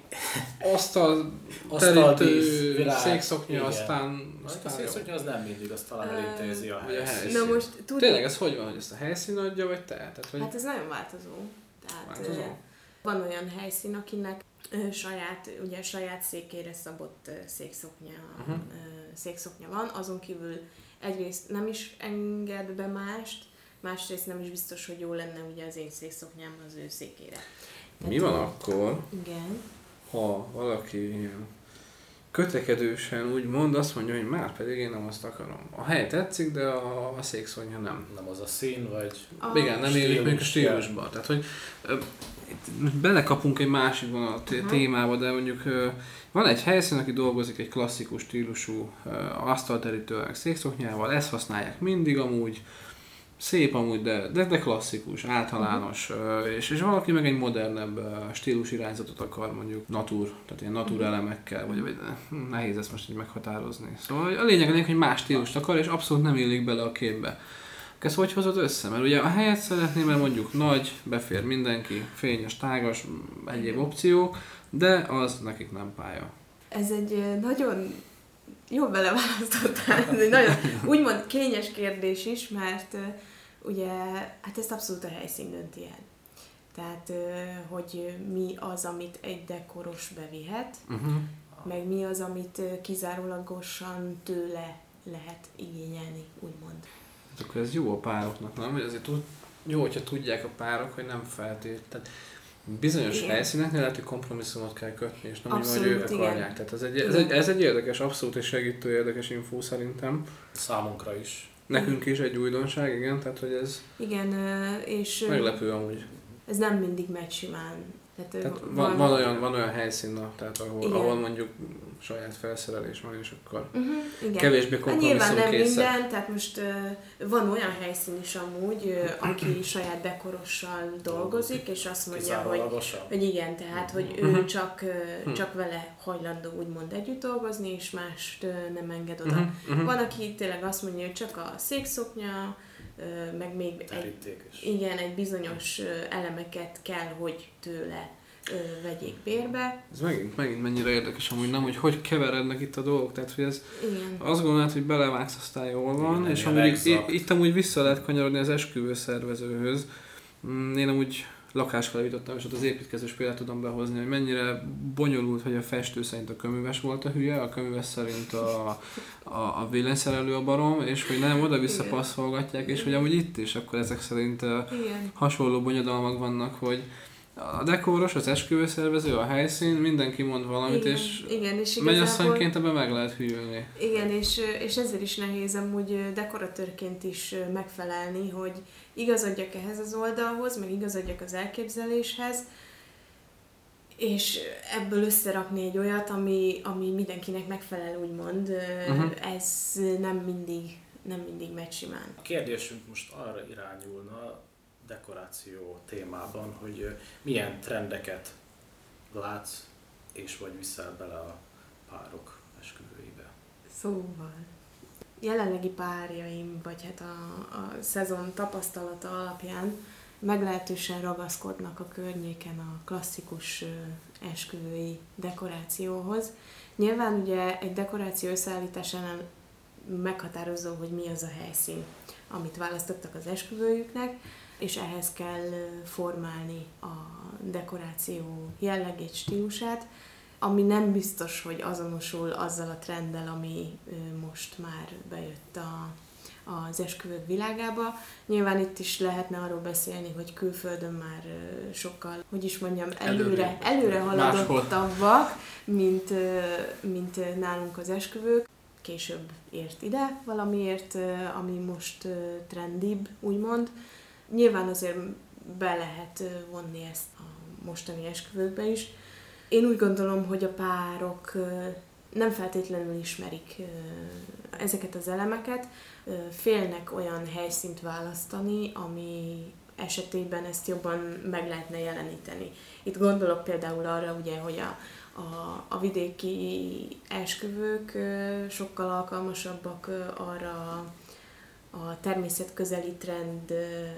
asztal, terítő, székszoknya, igen. aztán... aztán a székszoknya az nem mindig, azt talán elintézi a helyszín. Na most, tudni... Tényleg ez hogy van, hogy ezt a helyszín adja, vagy te? Tehát, hogy... Hát ez nagyon változó. Tehát változó? Van olyan helyszín, akinek saját, ugye saját székére szabott székszoknya, uh-huh. székszoknya van, azon kívül egyrészt nem is enged be mást, másrészt nem is biztos, hogy jó lenne ugye az én székszoknyám az ő székére. Mi van akkor, igen. ha valaki kötekedősen úgy mond, azt mondja, hogy már pedig én nem azt akarom. A hely tetszik, de a, a székszoknya nem. Nem az a szín, vagy... A igen, nem élik még a stílusban. Tehát, hogy belekapunk egy másikban a t- témába, de mondjuk van egy helyszín, aki dolgozik egy klasszikus stílusú asztalterítővel, székszoknyával, ezt használják mindig amúgy, szép amúgy, de, de, de klasszikus, általános, uh-huh. és, és valaki meg egy modernebb stílusirányzatot akar, mondjuk natur, tehát ilyen natur uh-huh. elemekkel, vagy, vagy nehéz ezt most így meghatározni. Szóval a lényeg a lényeg, hogy más stílust akar, és abszolút nem illik bele a képbe. Ezt hogy hozod össze? Mert ugye a helyet szeretném, mert mondjuk nagy, befér mindenki, fényes, tágas, egyéb opciók, de az nekik nem pálya. Ez egy nagyon jól beleválasztottál, ez egy nagyon úgymond kényes kérdés is, mert ugye hát ezt abszolút a helyszín dönti el. Tehát, hogy mi az, amit egy dekoros bevihet, uh-huh. meg mi az, amit kizárólagosan tőle lehet igényelni, úgymond. Hát akkor ez jó a pároknak, nem? Hogy azért tud, jó, hogyha tudják a párok, hogy nem feltétlenül. Bizonyos igen. helyszíneknél lehet, hogy kompromisszumot kell kötni, és nem abszolút, úgy, hogy ők akarják. Tehát ez egy, ez, egy, ez egy érdekes, abszolút egy segítő, érdekes infó szerintem. Számunkra is. Nekünk is egy újdonság, igen, tehát hogy ez igen, és meglepő amúgy. Ez nem mindig megy simán. Tehát, tehát van, van, olyan, van olyan helyszín, tehát ahol, ahol mondjuk saját felszerelés van, és akkor uh-huh, kevésbé kompromisszum nyilván nem készek. minden, tehát most uh, van olyan helyszín is amúgy, uh, aki saját dekorossal dolgozik, és azt mondja, hogy, hogy igen, tehát hogy ő uh-huh. csak, uh, csak vele hajlandó úgymond együtt dolgozni, és mást uh, nem enged oda. Uh-huh. Van, aki tényleg azt mondja, hogy csak a székszoknya, meg még egy, igen, egy bizonyos elemeket kell, hogy tőle vegyék bérbe. Ez megint, megint mennyire érdekes amúgy, nem, hogy hogy keverednek itt a dolgok, tehát hogy ez igen. Azt gondolod, hogy belevágsz, aztán jól van, igen, és amúgy itt, itt amúgy vissza lehet kanyarodni az esküvő szervezőhöz. Én amúgy lakáskor jutottam, és ott az építkezős példát tudom behozni, hogy mennyire bonyolult, hogy a festő szerint a köműves volt a hülye, a köműves szerint a, a, a villanyszerelő a barom, és hogy nem oda-vissza passzolgatják, és hogy amúgy itt is akkor ezek szerint igen. hasonló bonyodalmak vannak, hogy a dekóros, az esküvőszervező, a helyszín, mindenki mond valamit, igen, és, igen, és mennyasszonyként ebben meg lehet hűlni. Igen, és, és ezért is nehéz amúgy dekoratőrként is megfelelni, hogy igazodjak ehhez az oldalhoz, meg igazodjak az elképzeléshez, és ebből összerakni egy olyat, ami, ami mindenkinek megfelel, úgymond, uh-huh. ez nem mindig, nem mindig megy simán. A kérdésünk most arra irányulna, dekoráció témában, hogy milyen trendeket látsz és vagy viszel bele a párok esküvőibe. Szóval, jelenlegi párjaim, vagy hát a, a szezon tapasztalata alapján meglehetősen ragaszkodnak a környéken a klasszikus esküvői dekorációhoz. Nyilván ugye egy dekoráció összeállításánál meghatározó, hogy mi az a helyszín, amit választottak az esküvőjüknek, és ehhez kell formálni a dekoráció jellegét, stílusát, ami nem biztos, hogy azonosul azzal a trenddel, ami most már bejött a, az esküvők világába. Nyilván itt is lehetne arról beszélni, hogy külföldön már sokkal, hogy is mondjam, előre, előre haladottabbak, mint, mint nálunk az esküvők. Később ért ide valamiért, ami most trendibb, úgymond. Nyilván azért be lehet vonni ezt a mostani esküvőkbe is. Én úgy gondolom, hogy a párok nem feltétlenül ismerik ezeket az elemeket, félnek olyan helyszínt választani, ami esetében ezt jobban meg lehetne jeleníteni. Itt gondolok például arra, ugye, hogy a, a, a vidéki esküvők sokkal alkalmasabbak arra a természetközeli trend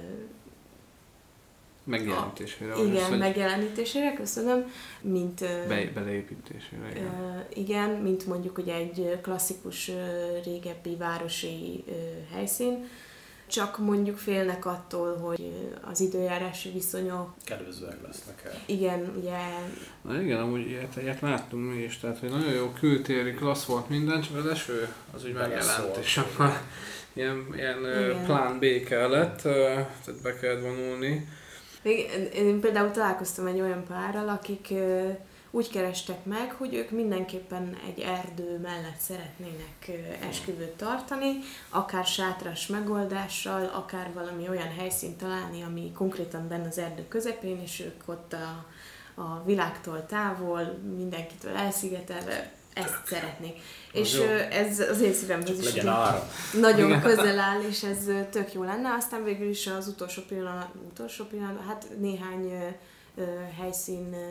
megjelenítésére. A, igen, hogy megjelenítésére, köszönöm, mint be, beleépítésére. Igen. Uh, igen, mint mondjuk ugye egy klasszikus uh, régebbi városi uh, helyszín, csak mondjuk félnek attól, hogy az időjárási viszonyok kedvezőek lesznek el. Igen, ugye... Na igen, amúgy ilyet, ilyet láttunk mi is, tehát hogy nagyon jó kültéri, klassz volt minden, csak az eső az úgy megjelent, és akkor ilyen, ilyen plán B kellett, tehát be kellett vonulni. Én, én például találkoztam egy olyan párral, akik úgy kerestek meg, hogy ők mindenképpen egy erdő mellett szeretnének esküvőt tartani, akár sátras megoldással, akár valami olyan helyszínt találni, ami konkrétan benne az erdő közepén, és ők ott a, a világtól távol, mindenkitől elszigetelve ezt szeretnék. Az és jó. Ez az én szívemhez is nagyon közel áll, és ez tök jó lenne. Aztán végül is az utolsó pillanat, utolsó pillanat, hát néhány uh, helyszín uh,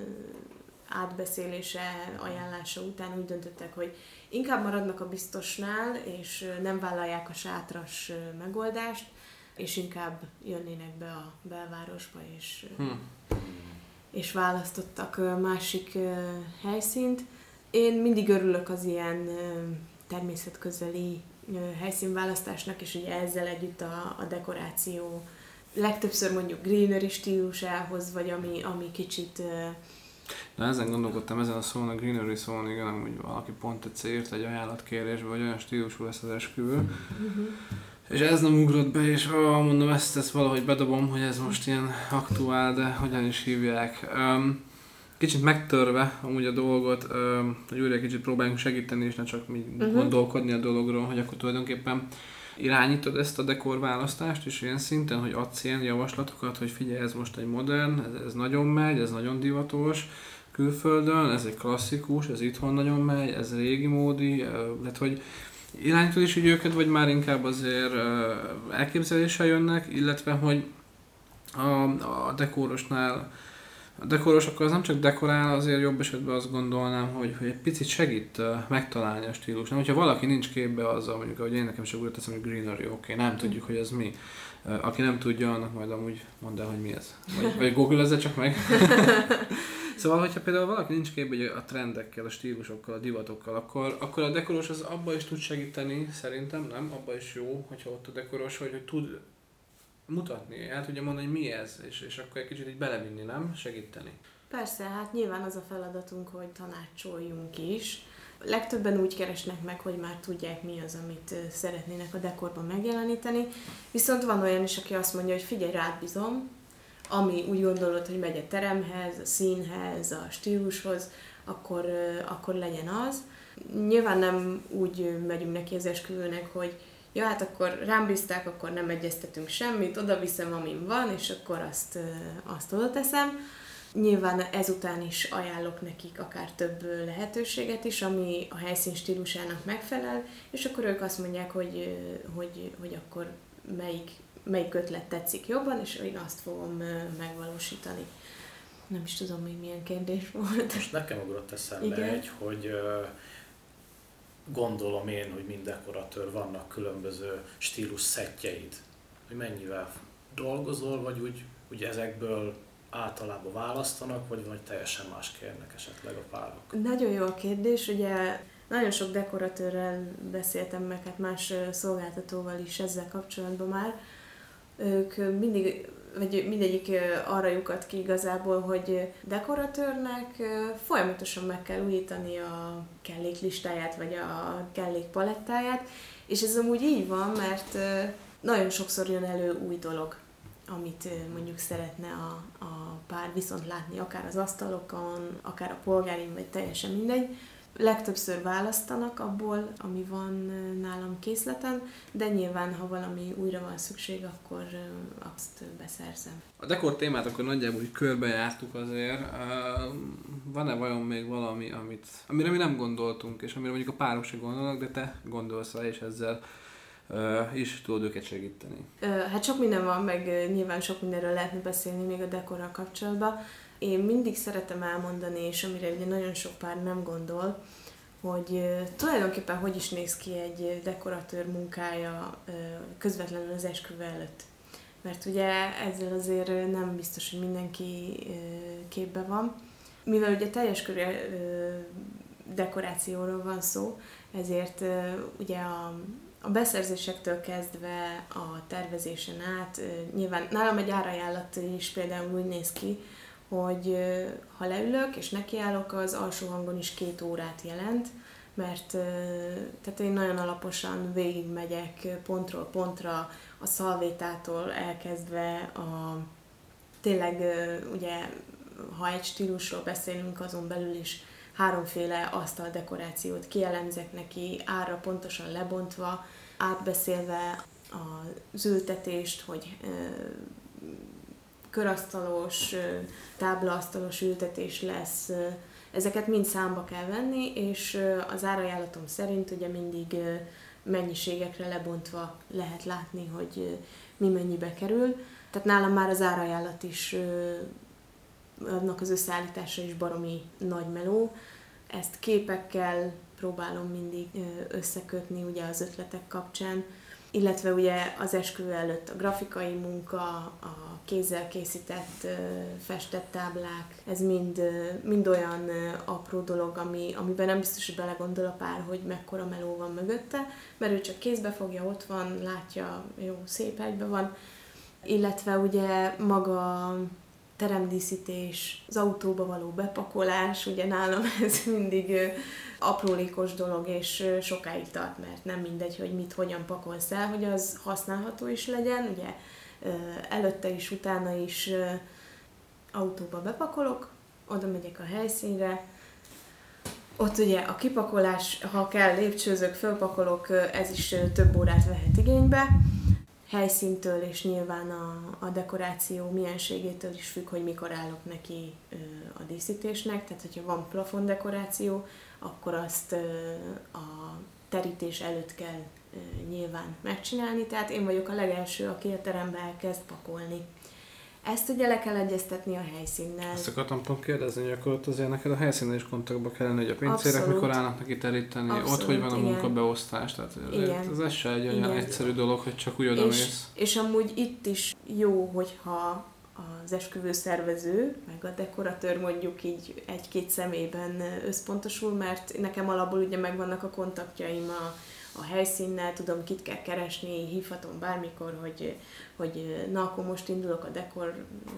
átbeszélése, ajánlása után úgy döntöttek, hogy inkább maradnak a biztosnál, és nem vállalják a sátras megoldást, és inkább jönnének be a belvárosba, és, hmm. és választottak másik helyszínt. Én mindig örülök az ilyen természetközeli helyszínválasztásnak, és ugye ezzel együtt a, a dekoráció legtöbbször mondjuk greenery stílusához, vagy ami, ami kicsit... De ezen gondolkodtam, ezen a szón, a greenery szón, igen, hogy valaki pont egyszer írt egy ajánlatkérésbe, vagy olyan stílusú lesz az esküvő. Uh-huh. És ez nem ugrott be, és ó, mondom, ezt, ezt valahogy bedobom, hogy ez most ilyen aktuál, de hogyan is hívják. Um, kicsit megtörve amúgy a dolgot, um, hogy újra kicsit próbáljunk segíteni, és ne csak mi uh-huh. gondolkodni a dologról, hogy akkor tulajdonképpen irányítod ezt a dekorválasztást, és ilyen szinten, hogy adsz ilyen javaslatokat, hogy figyelj, ez most egy modern, ez, ez nagyon megy, ez nagyon divatos külföldön, ez egy klasszikus, ez itthon nagyon megy, ez régi módi, tehát hogy irányítod is így őket, vagy már inkább azért elképzeléssel jönnek, illetve hogy a, a dekórosnál A dekoros akkor az nem csak dekorál, azért jobb esetben azt gondolnám, hogy, hogy egy picit segít uh, megtalálni a stílus. Nem, hogyha valaki nincs képbe azzal, mondjuk, ahogy én nekem is ugrott teszem, hogy greenery, oké, okay, nem tudjuk, hogy ez mi. Uh, aki nem tudja, annak majd amúgy mondd el, hogy mi ez. Vagy, vagy googlezze csak meg. Szóval, hogyha például valaki nincs képbe a trendekkel, a stílusokkal, a divatokkal, akkor, akkor a dekoros az abba is tud segíteni, szerintem, nem? Abba is jó, hogyha ott a dekoros, hogy, hogy tud mutatni, el tudja mondani, hogy mi ez, és, és akkor egy kicsit így belevinni, nem? Segíteni. Persze, hát nyilván az a feladatunk, hogy tanácsoljunk is. Legtöbben úgy keresnek meg, hogy már tudják, mi az, amit szeretnének a dekorban megjeleníteni. Viszont van olyan is, aki azt mondja, hogy figyelj, rád bízom, ami úgy gondolod, hogy megy a teremhez, a színhez, a stílushoz, akkor, akkor legyen az. Nyilván nem úgy megyünk neki az esküvőnek, hogy ja, hát akkor rám bízták, akkor nem egyeztetünk semmit, oda viszem, amin van, és akkor azt, azt oda teszem. Nyilván ezután is ajánlok nekik akár több lehetőséget is, ami a helyszín stílusának megfelel, és akkor ők azt mondják, hogy, hogy, hogy akkor melyik, melyik ötlet tetszik jobban, és én azt fogom megvalósítani. Nem is tudom, még milyen kérdés volt. Most nekem ugrott eszembe egy, hogy gondolom én, hogy mind dekoratőr vannak különböző stílus szettjeid. Hogy mennyivel dolgozol, vagy úgy, úgy ezekből általában választanak, vagy, vagy teljesen más kérnek esetleg a párok? Nagyon jó a kérdés, ugye nagyon sok dekoratőrrel beszéltem meg, hát más szolgáltatóval is ezzel kapcsolatban már. Ők mindig, vagy mindegyik arra lyukadt ki igazából, hogy dekoratőrnek folyamatosan meg kell újítani a kelléklistáját, vagy a kellékpalettáját, és ez amúgy így van, mert nagyon sokszor jön elő új dolog, amit mondjuk szeretne a, a pár viszont látni, akár az asztalokon, akár a polgárin, vagy teljesen mindegy. Legtöbbször választanak abból, ami van nálam készleten, de nyilván, ha valami újra van szükség, akkor azt beszerzem. A dekor témát akkor nagyjából így körbejártuk azért. Van-e vajon még valami, amit, amire mi nem gondoltunk, és amire mondjuk a párok se gondolnak, de te gondolsz rá, és ezzel Uh, is tudod őket segíteni? Uh, hát sok minden van, meg nyilván sok mindenről lehetne beszélni még a dekorral kapcsolatban. Én mindig szeretem elmondani, és amire ugye nagyon sok pár nem gondol, hogy uh, tulajdonképpen hogy is néz ki egy dekoratőr munkája uh, közvetlenül az esküvő előtt. Mert ugye ezzel azért nem biztos, hogy mindenki uh, képben van. Mivel ugye teljes körű uh, dekorációról van szó, ezért uh, ugye a A beszerzésektől kezdve a tervezésen át, nyilván nálam egy árajánlat is például úgy néz ki, hogy ha leülök és nekiállok, az alsó hangon is két órát jelent, mert tehát én nagyon alaposan végigmegyek pontról pontra, a szalvétától elkezdve a tényleg ugye, ha egy stílusról beszélünk, azon belül is háromféle asztaldekorációt kielemzek neki, ára pontosan lebontva, átbeszélve az ültetést, hogy körasztalos, táblaasztalos ültetés lesz. Ezeket mind számba kell venni, és az árajánlatom szerint ugye mindig mennyiségekre lebontva lehet látni, hogy mi mennyibe kerül. Tehát nálam már az árajánlat is, annak az összeállítása is baromi nagy meló. Ezt képekkel próbálom mindig összekötni ugye az ötletek kapcsán, illetve ugye az esküvő előtt a grafikai munka, a kézzel készített, festett táblák, ez mind, mind olyan apró dolog, ami, amiben nem biztos, hogy belegondol a pár, hogy mekkora meló van mögötte, mert ő csak kézbe fogja, ott van, látja, jó, szép egyben van, illetve ugye maga teremdíszítés, az autóba való bepakolás, ugye nálam ez mindig aprólékos dolog, és sokáig tart, mert nem mindegy, hogy mit, hogyan pakolsz el, hogy az használható is legyen, ugye előtte is, utána is autóba bepakolok, oda megyek a helyszínre, ott ugye a kipakolás, ha kell lépcsőzök, fölpakolok, ez is több órát vehet igénybe, helyszíntől és nyilván a, a dekoráció mienségétől is függ, hogy mikor állok neki ö, a díszítésnek. Tehát, hogyha van plafon dekoráció, akkor azt ö, a terítés előtt kell ö, nyilván megcsinálni. Tehát én vagyok a legelső, aki a terembe elkezd pakolni. Ezt ugye le kell egyeztetni a helyszínnel. Ezt akartam pont kérdezni, hogy akkor ott azért neked a helyszínen is kontaktba kellene, hogy a pincérek Abszolút. mikor állnak neki teríteni, Abszolút, ott hogy van a igen. munkabeosztás, tehát Igen. ez, ez se egy olyan Igen. egyszerű dolog, hogy csak úgy odamész. És, és amúgy itt is jó, hogyha az esküvőszervező, meg a dekoratőr mondjuk így egy-két személyben összpontosul, mert nekem alapból ugye megvannak a kontaktjaim a, a helyszínnel, tudom, kit kell keresni, hívhatom bármikor, hogy, hogy na, akkor most indulok a dekor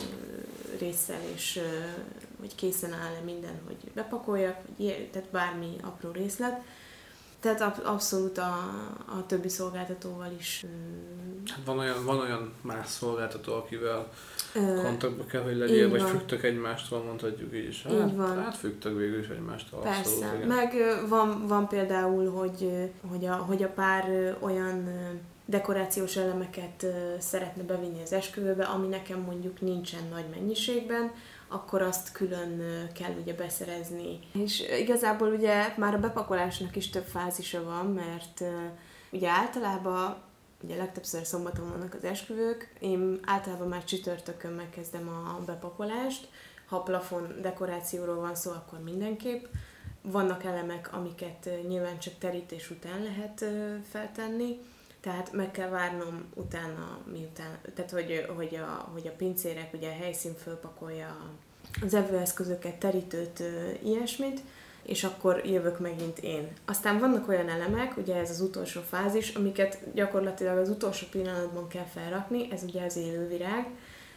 résszel, és hogy készen áll-e minden, hogy bepakoljak, vagy ilyen, tehát bármi apró részlet. Tehát ab- abszolút a, a többi szolgáltatóval is. Hát van olyan, van olyan más szolgáltató, akivel ö, kontaktba kell, hogy legyél, vagy van. függtök egymástól, mondhatjuk így is. Hát, Így van. hát függtök végül is egymástól. Persze, Abszolút, igen. meg ö, van, van például, hogy, ö, hogy, a, hogy a pár ö, olyan ö, dekorációs elemeket ö, szeretne bevinni az esküvőbe, ami nekem mondjuk nincsen nagy mennyiségben, akkor azt külön ö, kell ugye beszerezni. És igazából ugye már a bepakolásnak is több fázisa van, mert ö, ugye általában ugye legtöbbször szombaton vannak az esküvők, én általában már csütörtökön megkezdem a bepakolást, ha plafon dekorációról van szó, akkor mindenképp. Vannak elemek, amiket nyilván csak terítés után lehet feltenni, tehát meg kell várnom utána, miután, tehát hogy, hogy, a, hogy a pincérek ugye a helyszín fölpakolja az evőeszközöket, terítőt, ilyesmit, és akkor jövök megint én. Aztán vannak olyan elemek, ugye ez az utolsó fázis, amiket gyakorlatilag az utolsó pillanatban kell felrakni, ez ugye az élővirág,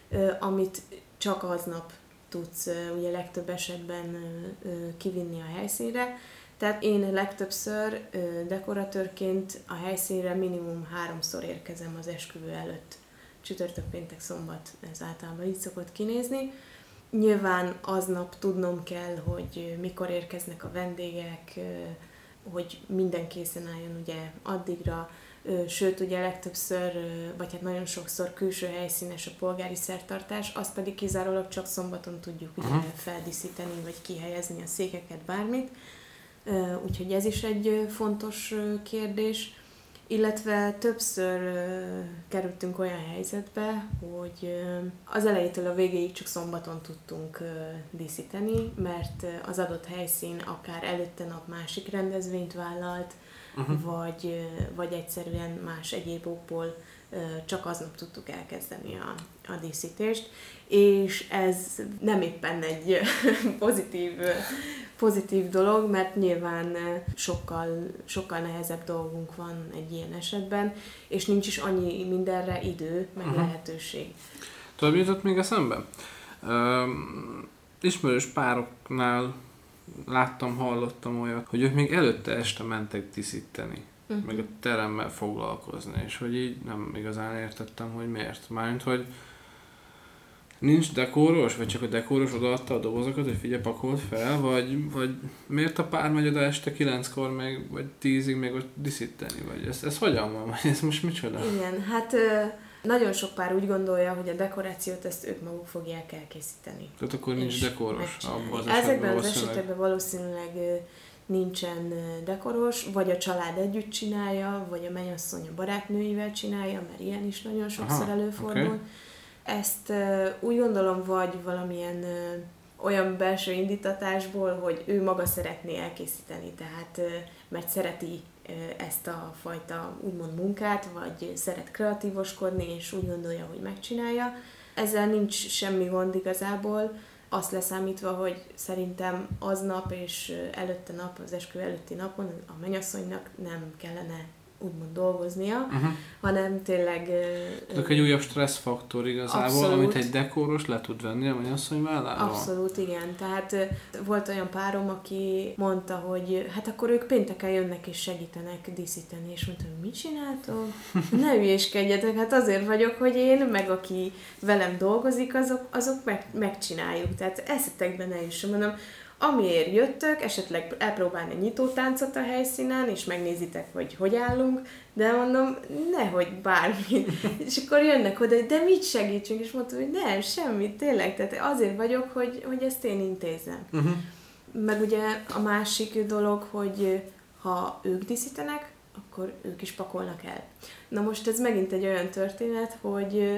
amit csak aznap tudsz ugye legtöbb esetben kivinni a helyszínre. Tehát én legtöbbször dekoratőrként a helyszínre minimum háromszor érkezem az esküvő előtt. Csütörtök, péntek, szombat, ez általában így szokott kinézni. Nyilván aznap tudnom kell, hogy mikor érkeznek a vendégek, hogy minden készen álljon ugye addigra, sőt ugye legtöbbször, vagy hát nagyon sokszor külső helyszínes a polgári szertartás, azt pedig kizárólag csak szombaton tudjuk ugye uh-huh. feldíszíteni, vagy kihelyezni a székeket, bármit. Úgyhogy ez is egy fontos kérdés. Illetve többször uh, kerültünk olyan helyzetbe, hogy uh, az elejétől a végéig csak szombaton tudtunk uh, díszíteni, mert uh, az adott helyszín akár előtte nap másik rendezvényt vállalt, uh-huh. vagy, uh, vagy egyszerűen más egyéb okból uh, csak aznap tudtuk elkezdeni a, a díszítést, és ez nem éppen egy pozitív pozitív dolog, mert nyilván sokkal, sokkal nehezebb dolgunk van egy ilyen esetben, és nincs is annyi mindenre idő, meg uh-huh. lehetőség. Tudod, mi jutott még eszembe? Um, ismerős pároknál láttam, hallottam olyat, hogy ők még előtte este mentek díszíteni, uh-huh. meg a teremmel foglalkozni, és hogy így nem igazán értettem, hogy miért. Mármint, hogy nincs dekóros, vagy csak a dekóros odaadta a dobozokat, hogy figyelj, pakold fel, vagy, vagy miért a pár megy oda este kilenckor, meg, vagy tízig még ott díszíteni, vagy ez, ez hogyan van, vagy ez most micsoda? Igen, hát nagyon sok pár úgy gondolja, hogy a dekorációt ezt ők maguk fogják elkészíteni. Tehát akkor nincs dekóros abban az Ezekben az esetekben valószínűleg nincsen dekoros, vagy a család együtt csinálja, vagy a mennyasszony a barátnőivel csinálja, mert ilyen is nagyon sokszor Aha, előfordul. Okay. Ezt uh, úgy gondolom, vagy valamilyen uh, olyan belső indítatásból, hogy ő maga szeretné elkészíteni, tehát uh, mert szereti uh, ezt a fajta úgymond munkát, vagy szeret kreatívoskodni, és úgy gondolja, hogy megcsinálja. Ezzel nincs semmi gond igazából, azt leszámítva, hogy szerintem aznap és előtte nap, az esküvő előtti napon a mennyasszonynak nem kellene úgymond dolgoznia, uh-huh. hanem tényleg... Ezek egy újabb stresszfaktor igazából, abszolút. Amit egy dekóros le tud venni a mennyasszony válláról. Abszolút, igen. Tehát volt olyan párom, aki mondta, hogy hát akkor ők pénteken jönnek és segítenek díszíteni, és mondtam, hogy mit csináltok? Ne hülyéskedjetek, hát azért vagyok, hogy én, meg aki velem dolgozik, azok, azok meg, megcsináljuk. Tehát eszetekben ne is mondom, amiért jöttök, esetleg elpróbálni nyitótáncot a helyszínen, és megnézitek, hogy hogy állunk, de mondom, nehogy bármi. És akkor jönnek oda, hogy de mit segítsünk? És mondtam, hogy nem, semmit, tényleg. Tehát azért vagyok, hogy, hogy ezt én intézem. Uh-huh. Meg ugye a másik dolog, hogy ha ők díszítenek, akkor ők is pakolnak el. Na most ez megint egy olyan történet, hogy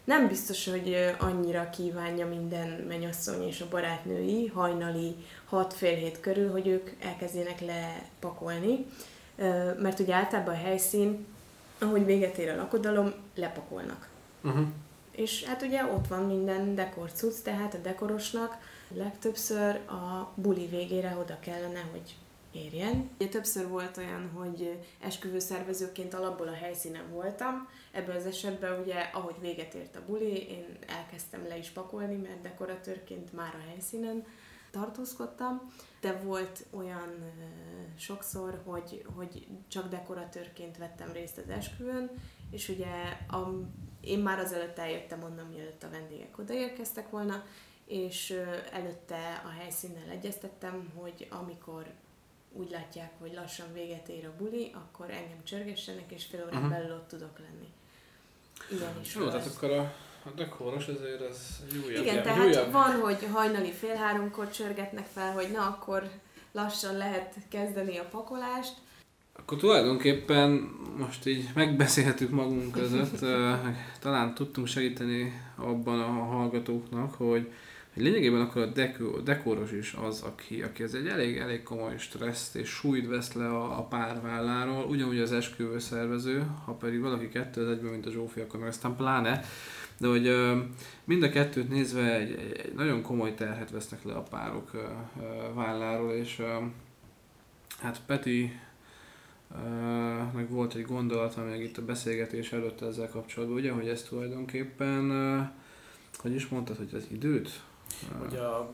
nem biztos, hogy annyira kívánja minden mennyasszony és a barátnői hajnali hat fél hét körül, hogy ők elkezdjenek lepakolni, mert ugye általában a helyszín, ahogy véget ér a lakodalom, lepakolnak. Uh-huh. És hát ugye ott van minden dekorcucc, tehát a dekorosnak legtöbbször a buli végére oda kellene, hogy érjen. Ugye többször volt olyan, hogy esküvőszervezőként alapból a helyszínen voltam. Ebben az esetben ugye, ahogy véget ért a buli, én elkezdtem le is pakolni, mert dekoratőrként már a helyszínen tartózkodtam. De volt olyan uh, sokszor, hogy, hogy csak dekoratőrként vettem részt az esküvőn, és ugye a, én már azelőtt eljöttem onnan, mielőtt a vendégek odaérkeztek volna, és uh, előtte a helyszínnel egyeztettem, hogy amikor úgy látják, hogy lassan véget ér a buli, akkor engem csörgessenek, és fél órán uh-huh. belül ott tudok lenni. Igen, és jó, tehát akkor a, a dekoros azért az újabb. Igen, tehát újabb. Van, hogy hajnali fél háromkor csörgetnek fel, hogy na, akkor lassan lehet kezdeni a pakolást. Akkor tulajdonképpen most így megbeszélhetük magunk között, talán tudtunk segíteni abban a hallgatóknak, hogy hogy lényegében akkor a dekor, dekoros is az, aki, aki ez egy elég, elég komoly stresszt és súlyt vesz le a, a pár válláról, ugyanúgy az esküvőszervező, ha pedig valaki kettő az egyben, mint a Zsófi, akkor meg aztán pláne, de hogy ö, mind a kettőt nézve egy, egy, egy nagyon komoly terhet vesznek le a párok ö, ö, válláról, és ö, hát Peti ö, meg volt egy gondolata még itt a beszélgetés előtt ezzel kapcsolatban, ugye, hogy ez tulajdonképpen, ö, hogy is mondtad, hogy az időt? Hogy a,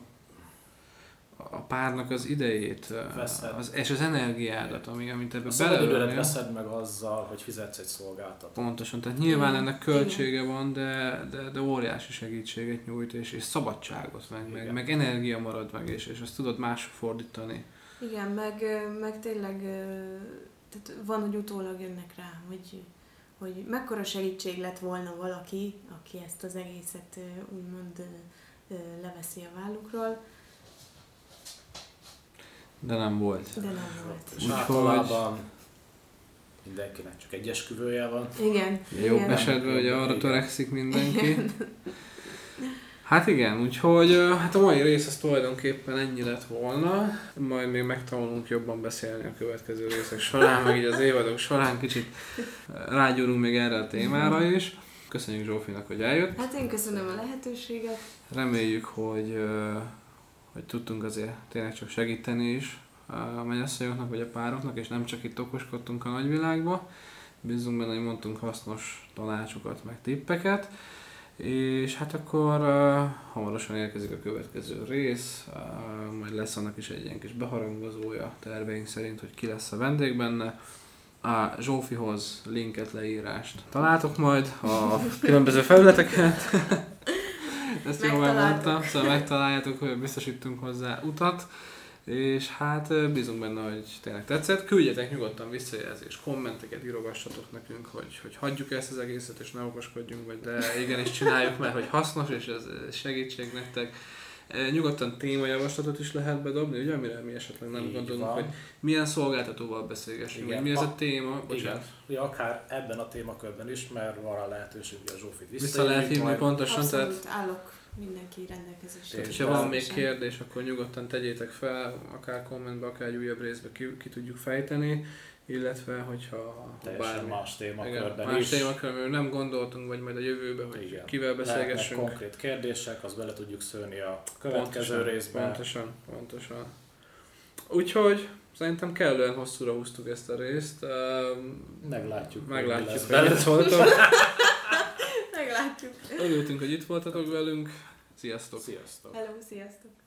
a párnak az idejét az, és az energiádat, ami, amit ebbe beleölnél. A szabadidődet veszed meg azzal, hogy fizetsz egy szolgáltatót. Pontosan, tehát nyilván mm. ennek költsége van, de, de, de óriási segítséget nyújt, és, és szabadságot, meg, meg, meg energia marad meg, és, és azt tudod másra fordítani. Igen, meg, meg tényleg tehát van, hogy utólag jönnek rá, hogy hogy mekkora segítség lett volna valaki, aki ezt az egészet úgymond leveszi a vállukról. De nem volt. De nem volt. És általában mindenkinek csak egy esküvője van. Igen. Jobb igen. Esetben, hogy arra törekszik mindenki. Igen. Hát igen, úgyhogy hát a mai rész az tulajdonképpen ennyi lett volna. Majd még megtanulunk jobban beszélni a következő részek során, meg így az évadok során kicsit rágyúrunk még erre a témára is. Köszönjük Zsófinak, hogy eljött. Hát én köszönöm a lehetőséget. Reméljük, hogy, hogy tudtunk azért tényleg csak segíteni is a mennyasszonyoknak vagy a pároknak, és nem csak itt okoskodtunk a nagyvilágba. Bízunk benne, hogy mondtunk hasznos tanácsokat, meg tippeket. És hát akkor uh, hamarosan érkezik a következő rész, uh, majd lesz annak is egy ilyen kis beharangozója terveink szerint, hogy ki lesz a vendég benne. A Zsófihoz linket, leírást találtok majd a különböző felületeken. Ezt jól elmondtam, szóval megtaláljátok, hogy biztosítunk hozzá utat. És hát bízunk benne, hogy tényleg tetszett. Küldjetek nyugodtan visszajelzést, kommenteket, írogassatok nekünk, hogy, hogy hagyjuk ezt az egészet és ne okoskodjunk, vagy de igenis csináljuk, mert hogy hasznos és ez segítség nektek. Nyugodtan témajavaslatot is lehet bedobni, ugye, amire mi esetleg nem így gondolunk, van. Hogy milyen szolgáltatóval beszélgessünk, vagy mi ez a téma. Igen, ja, akár ebben a témakörben is, mert van a lehetőség, hogy a Zsófit vissza, vissza lehet hívni pontosan. Abszolút, tehát állok mindenki rendelkezésre. Ha van még kérdés, akkor nyugodtan tegyétek fel, akár kommentbe, akár egy újabb részbe ki, ki tudjuk fejteni, illetve hogyha bármi más témakörben más témakörben nem gondoltunk, vagy majd a jövőben, hogy igen. Kivel beszélgessünk. Lehetnek konkrét kérdések, azt bele tudjuk szőni a következő pontosan, részben. Pontosan, pontosan. Úgyhogy szerintem kellően hosszúra húztuk ezt a részt. Meglátjuk. Meglátjuk, hogy itt voltok. Meglátjuk. Örültünk, hogy itt voltatok velünk. Sziasztok! Sziasztok! Hello, sziasztok!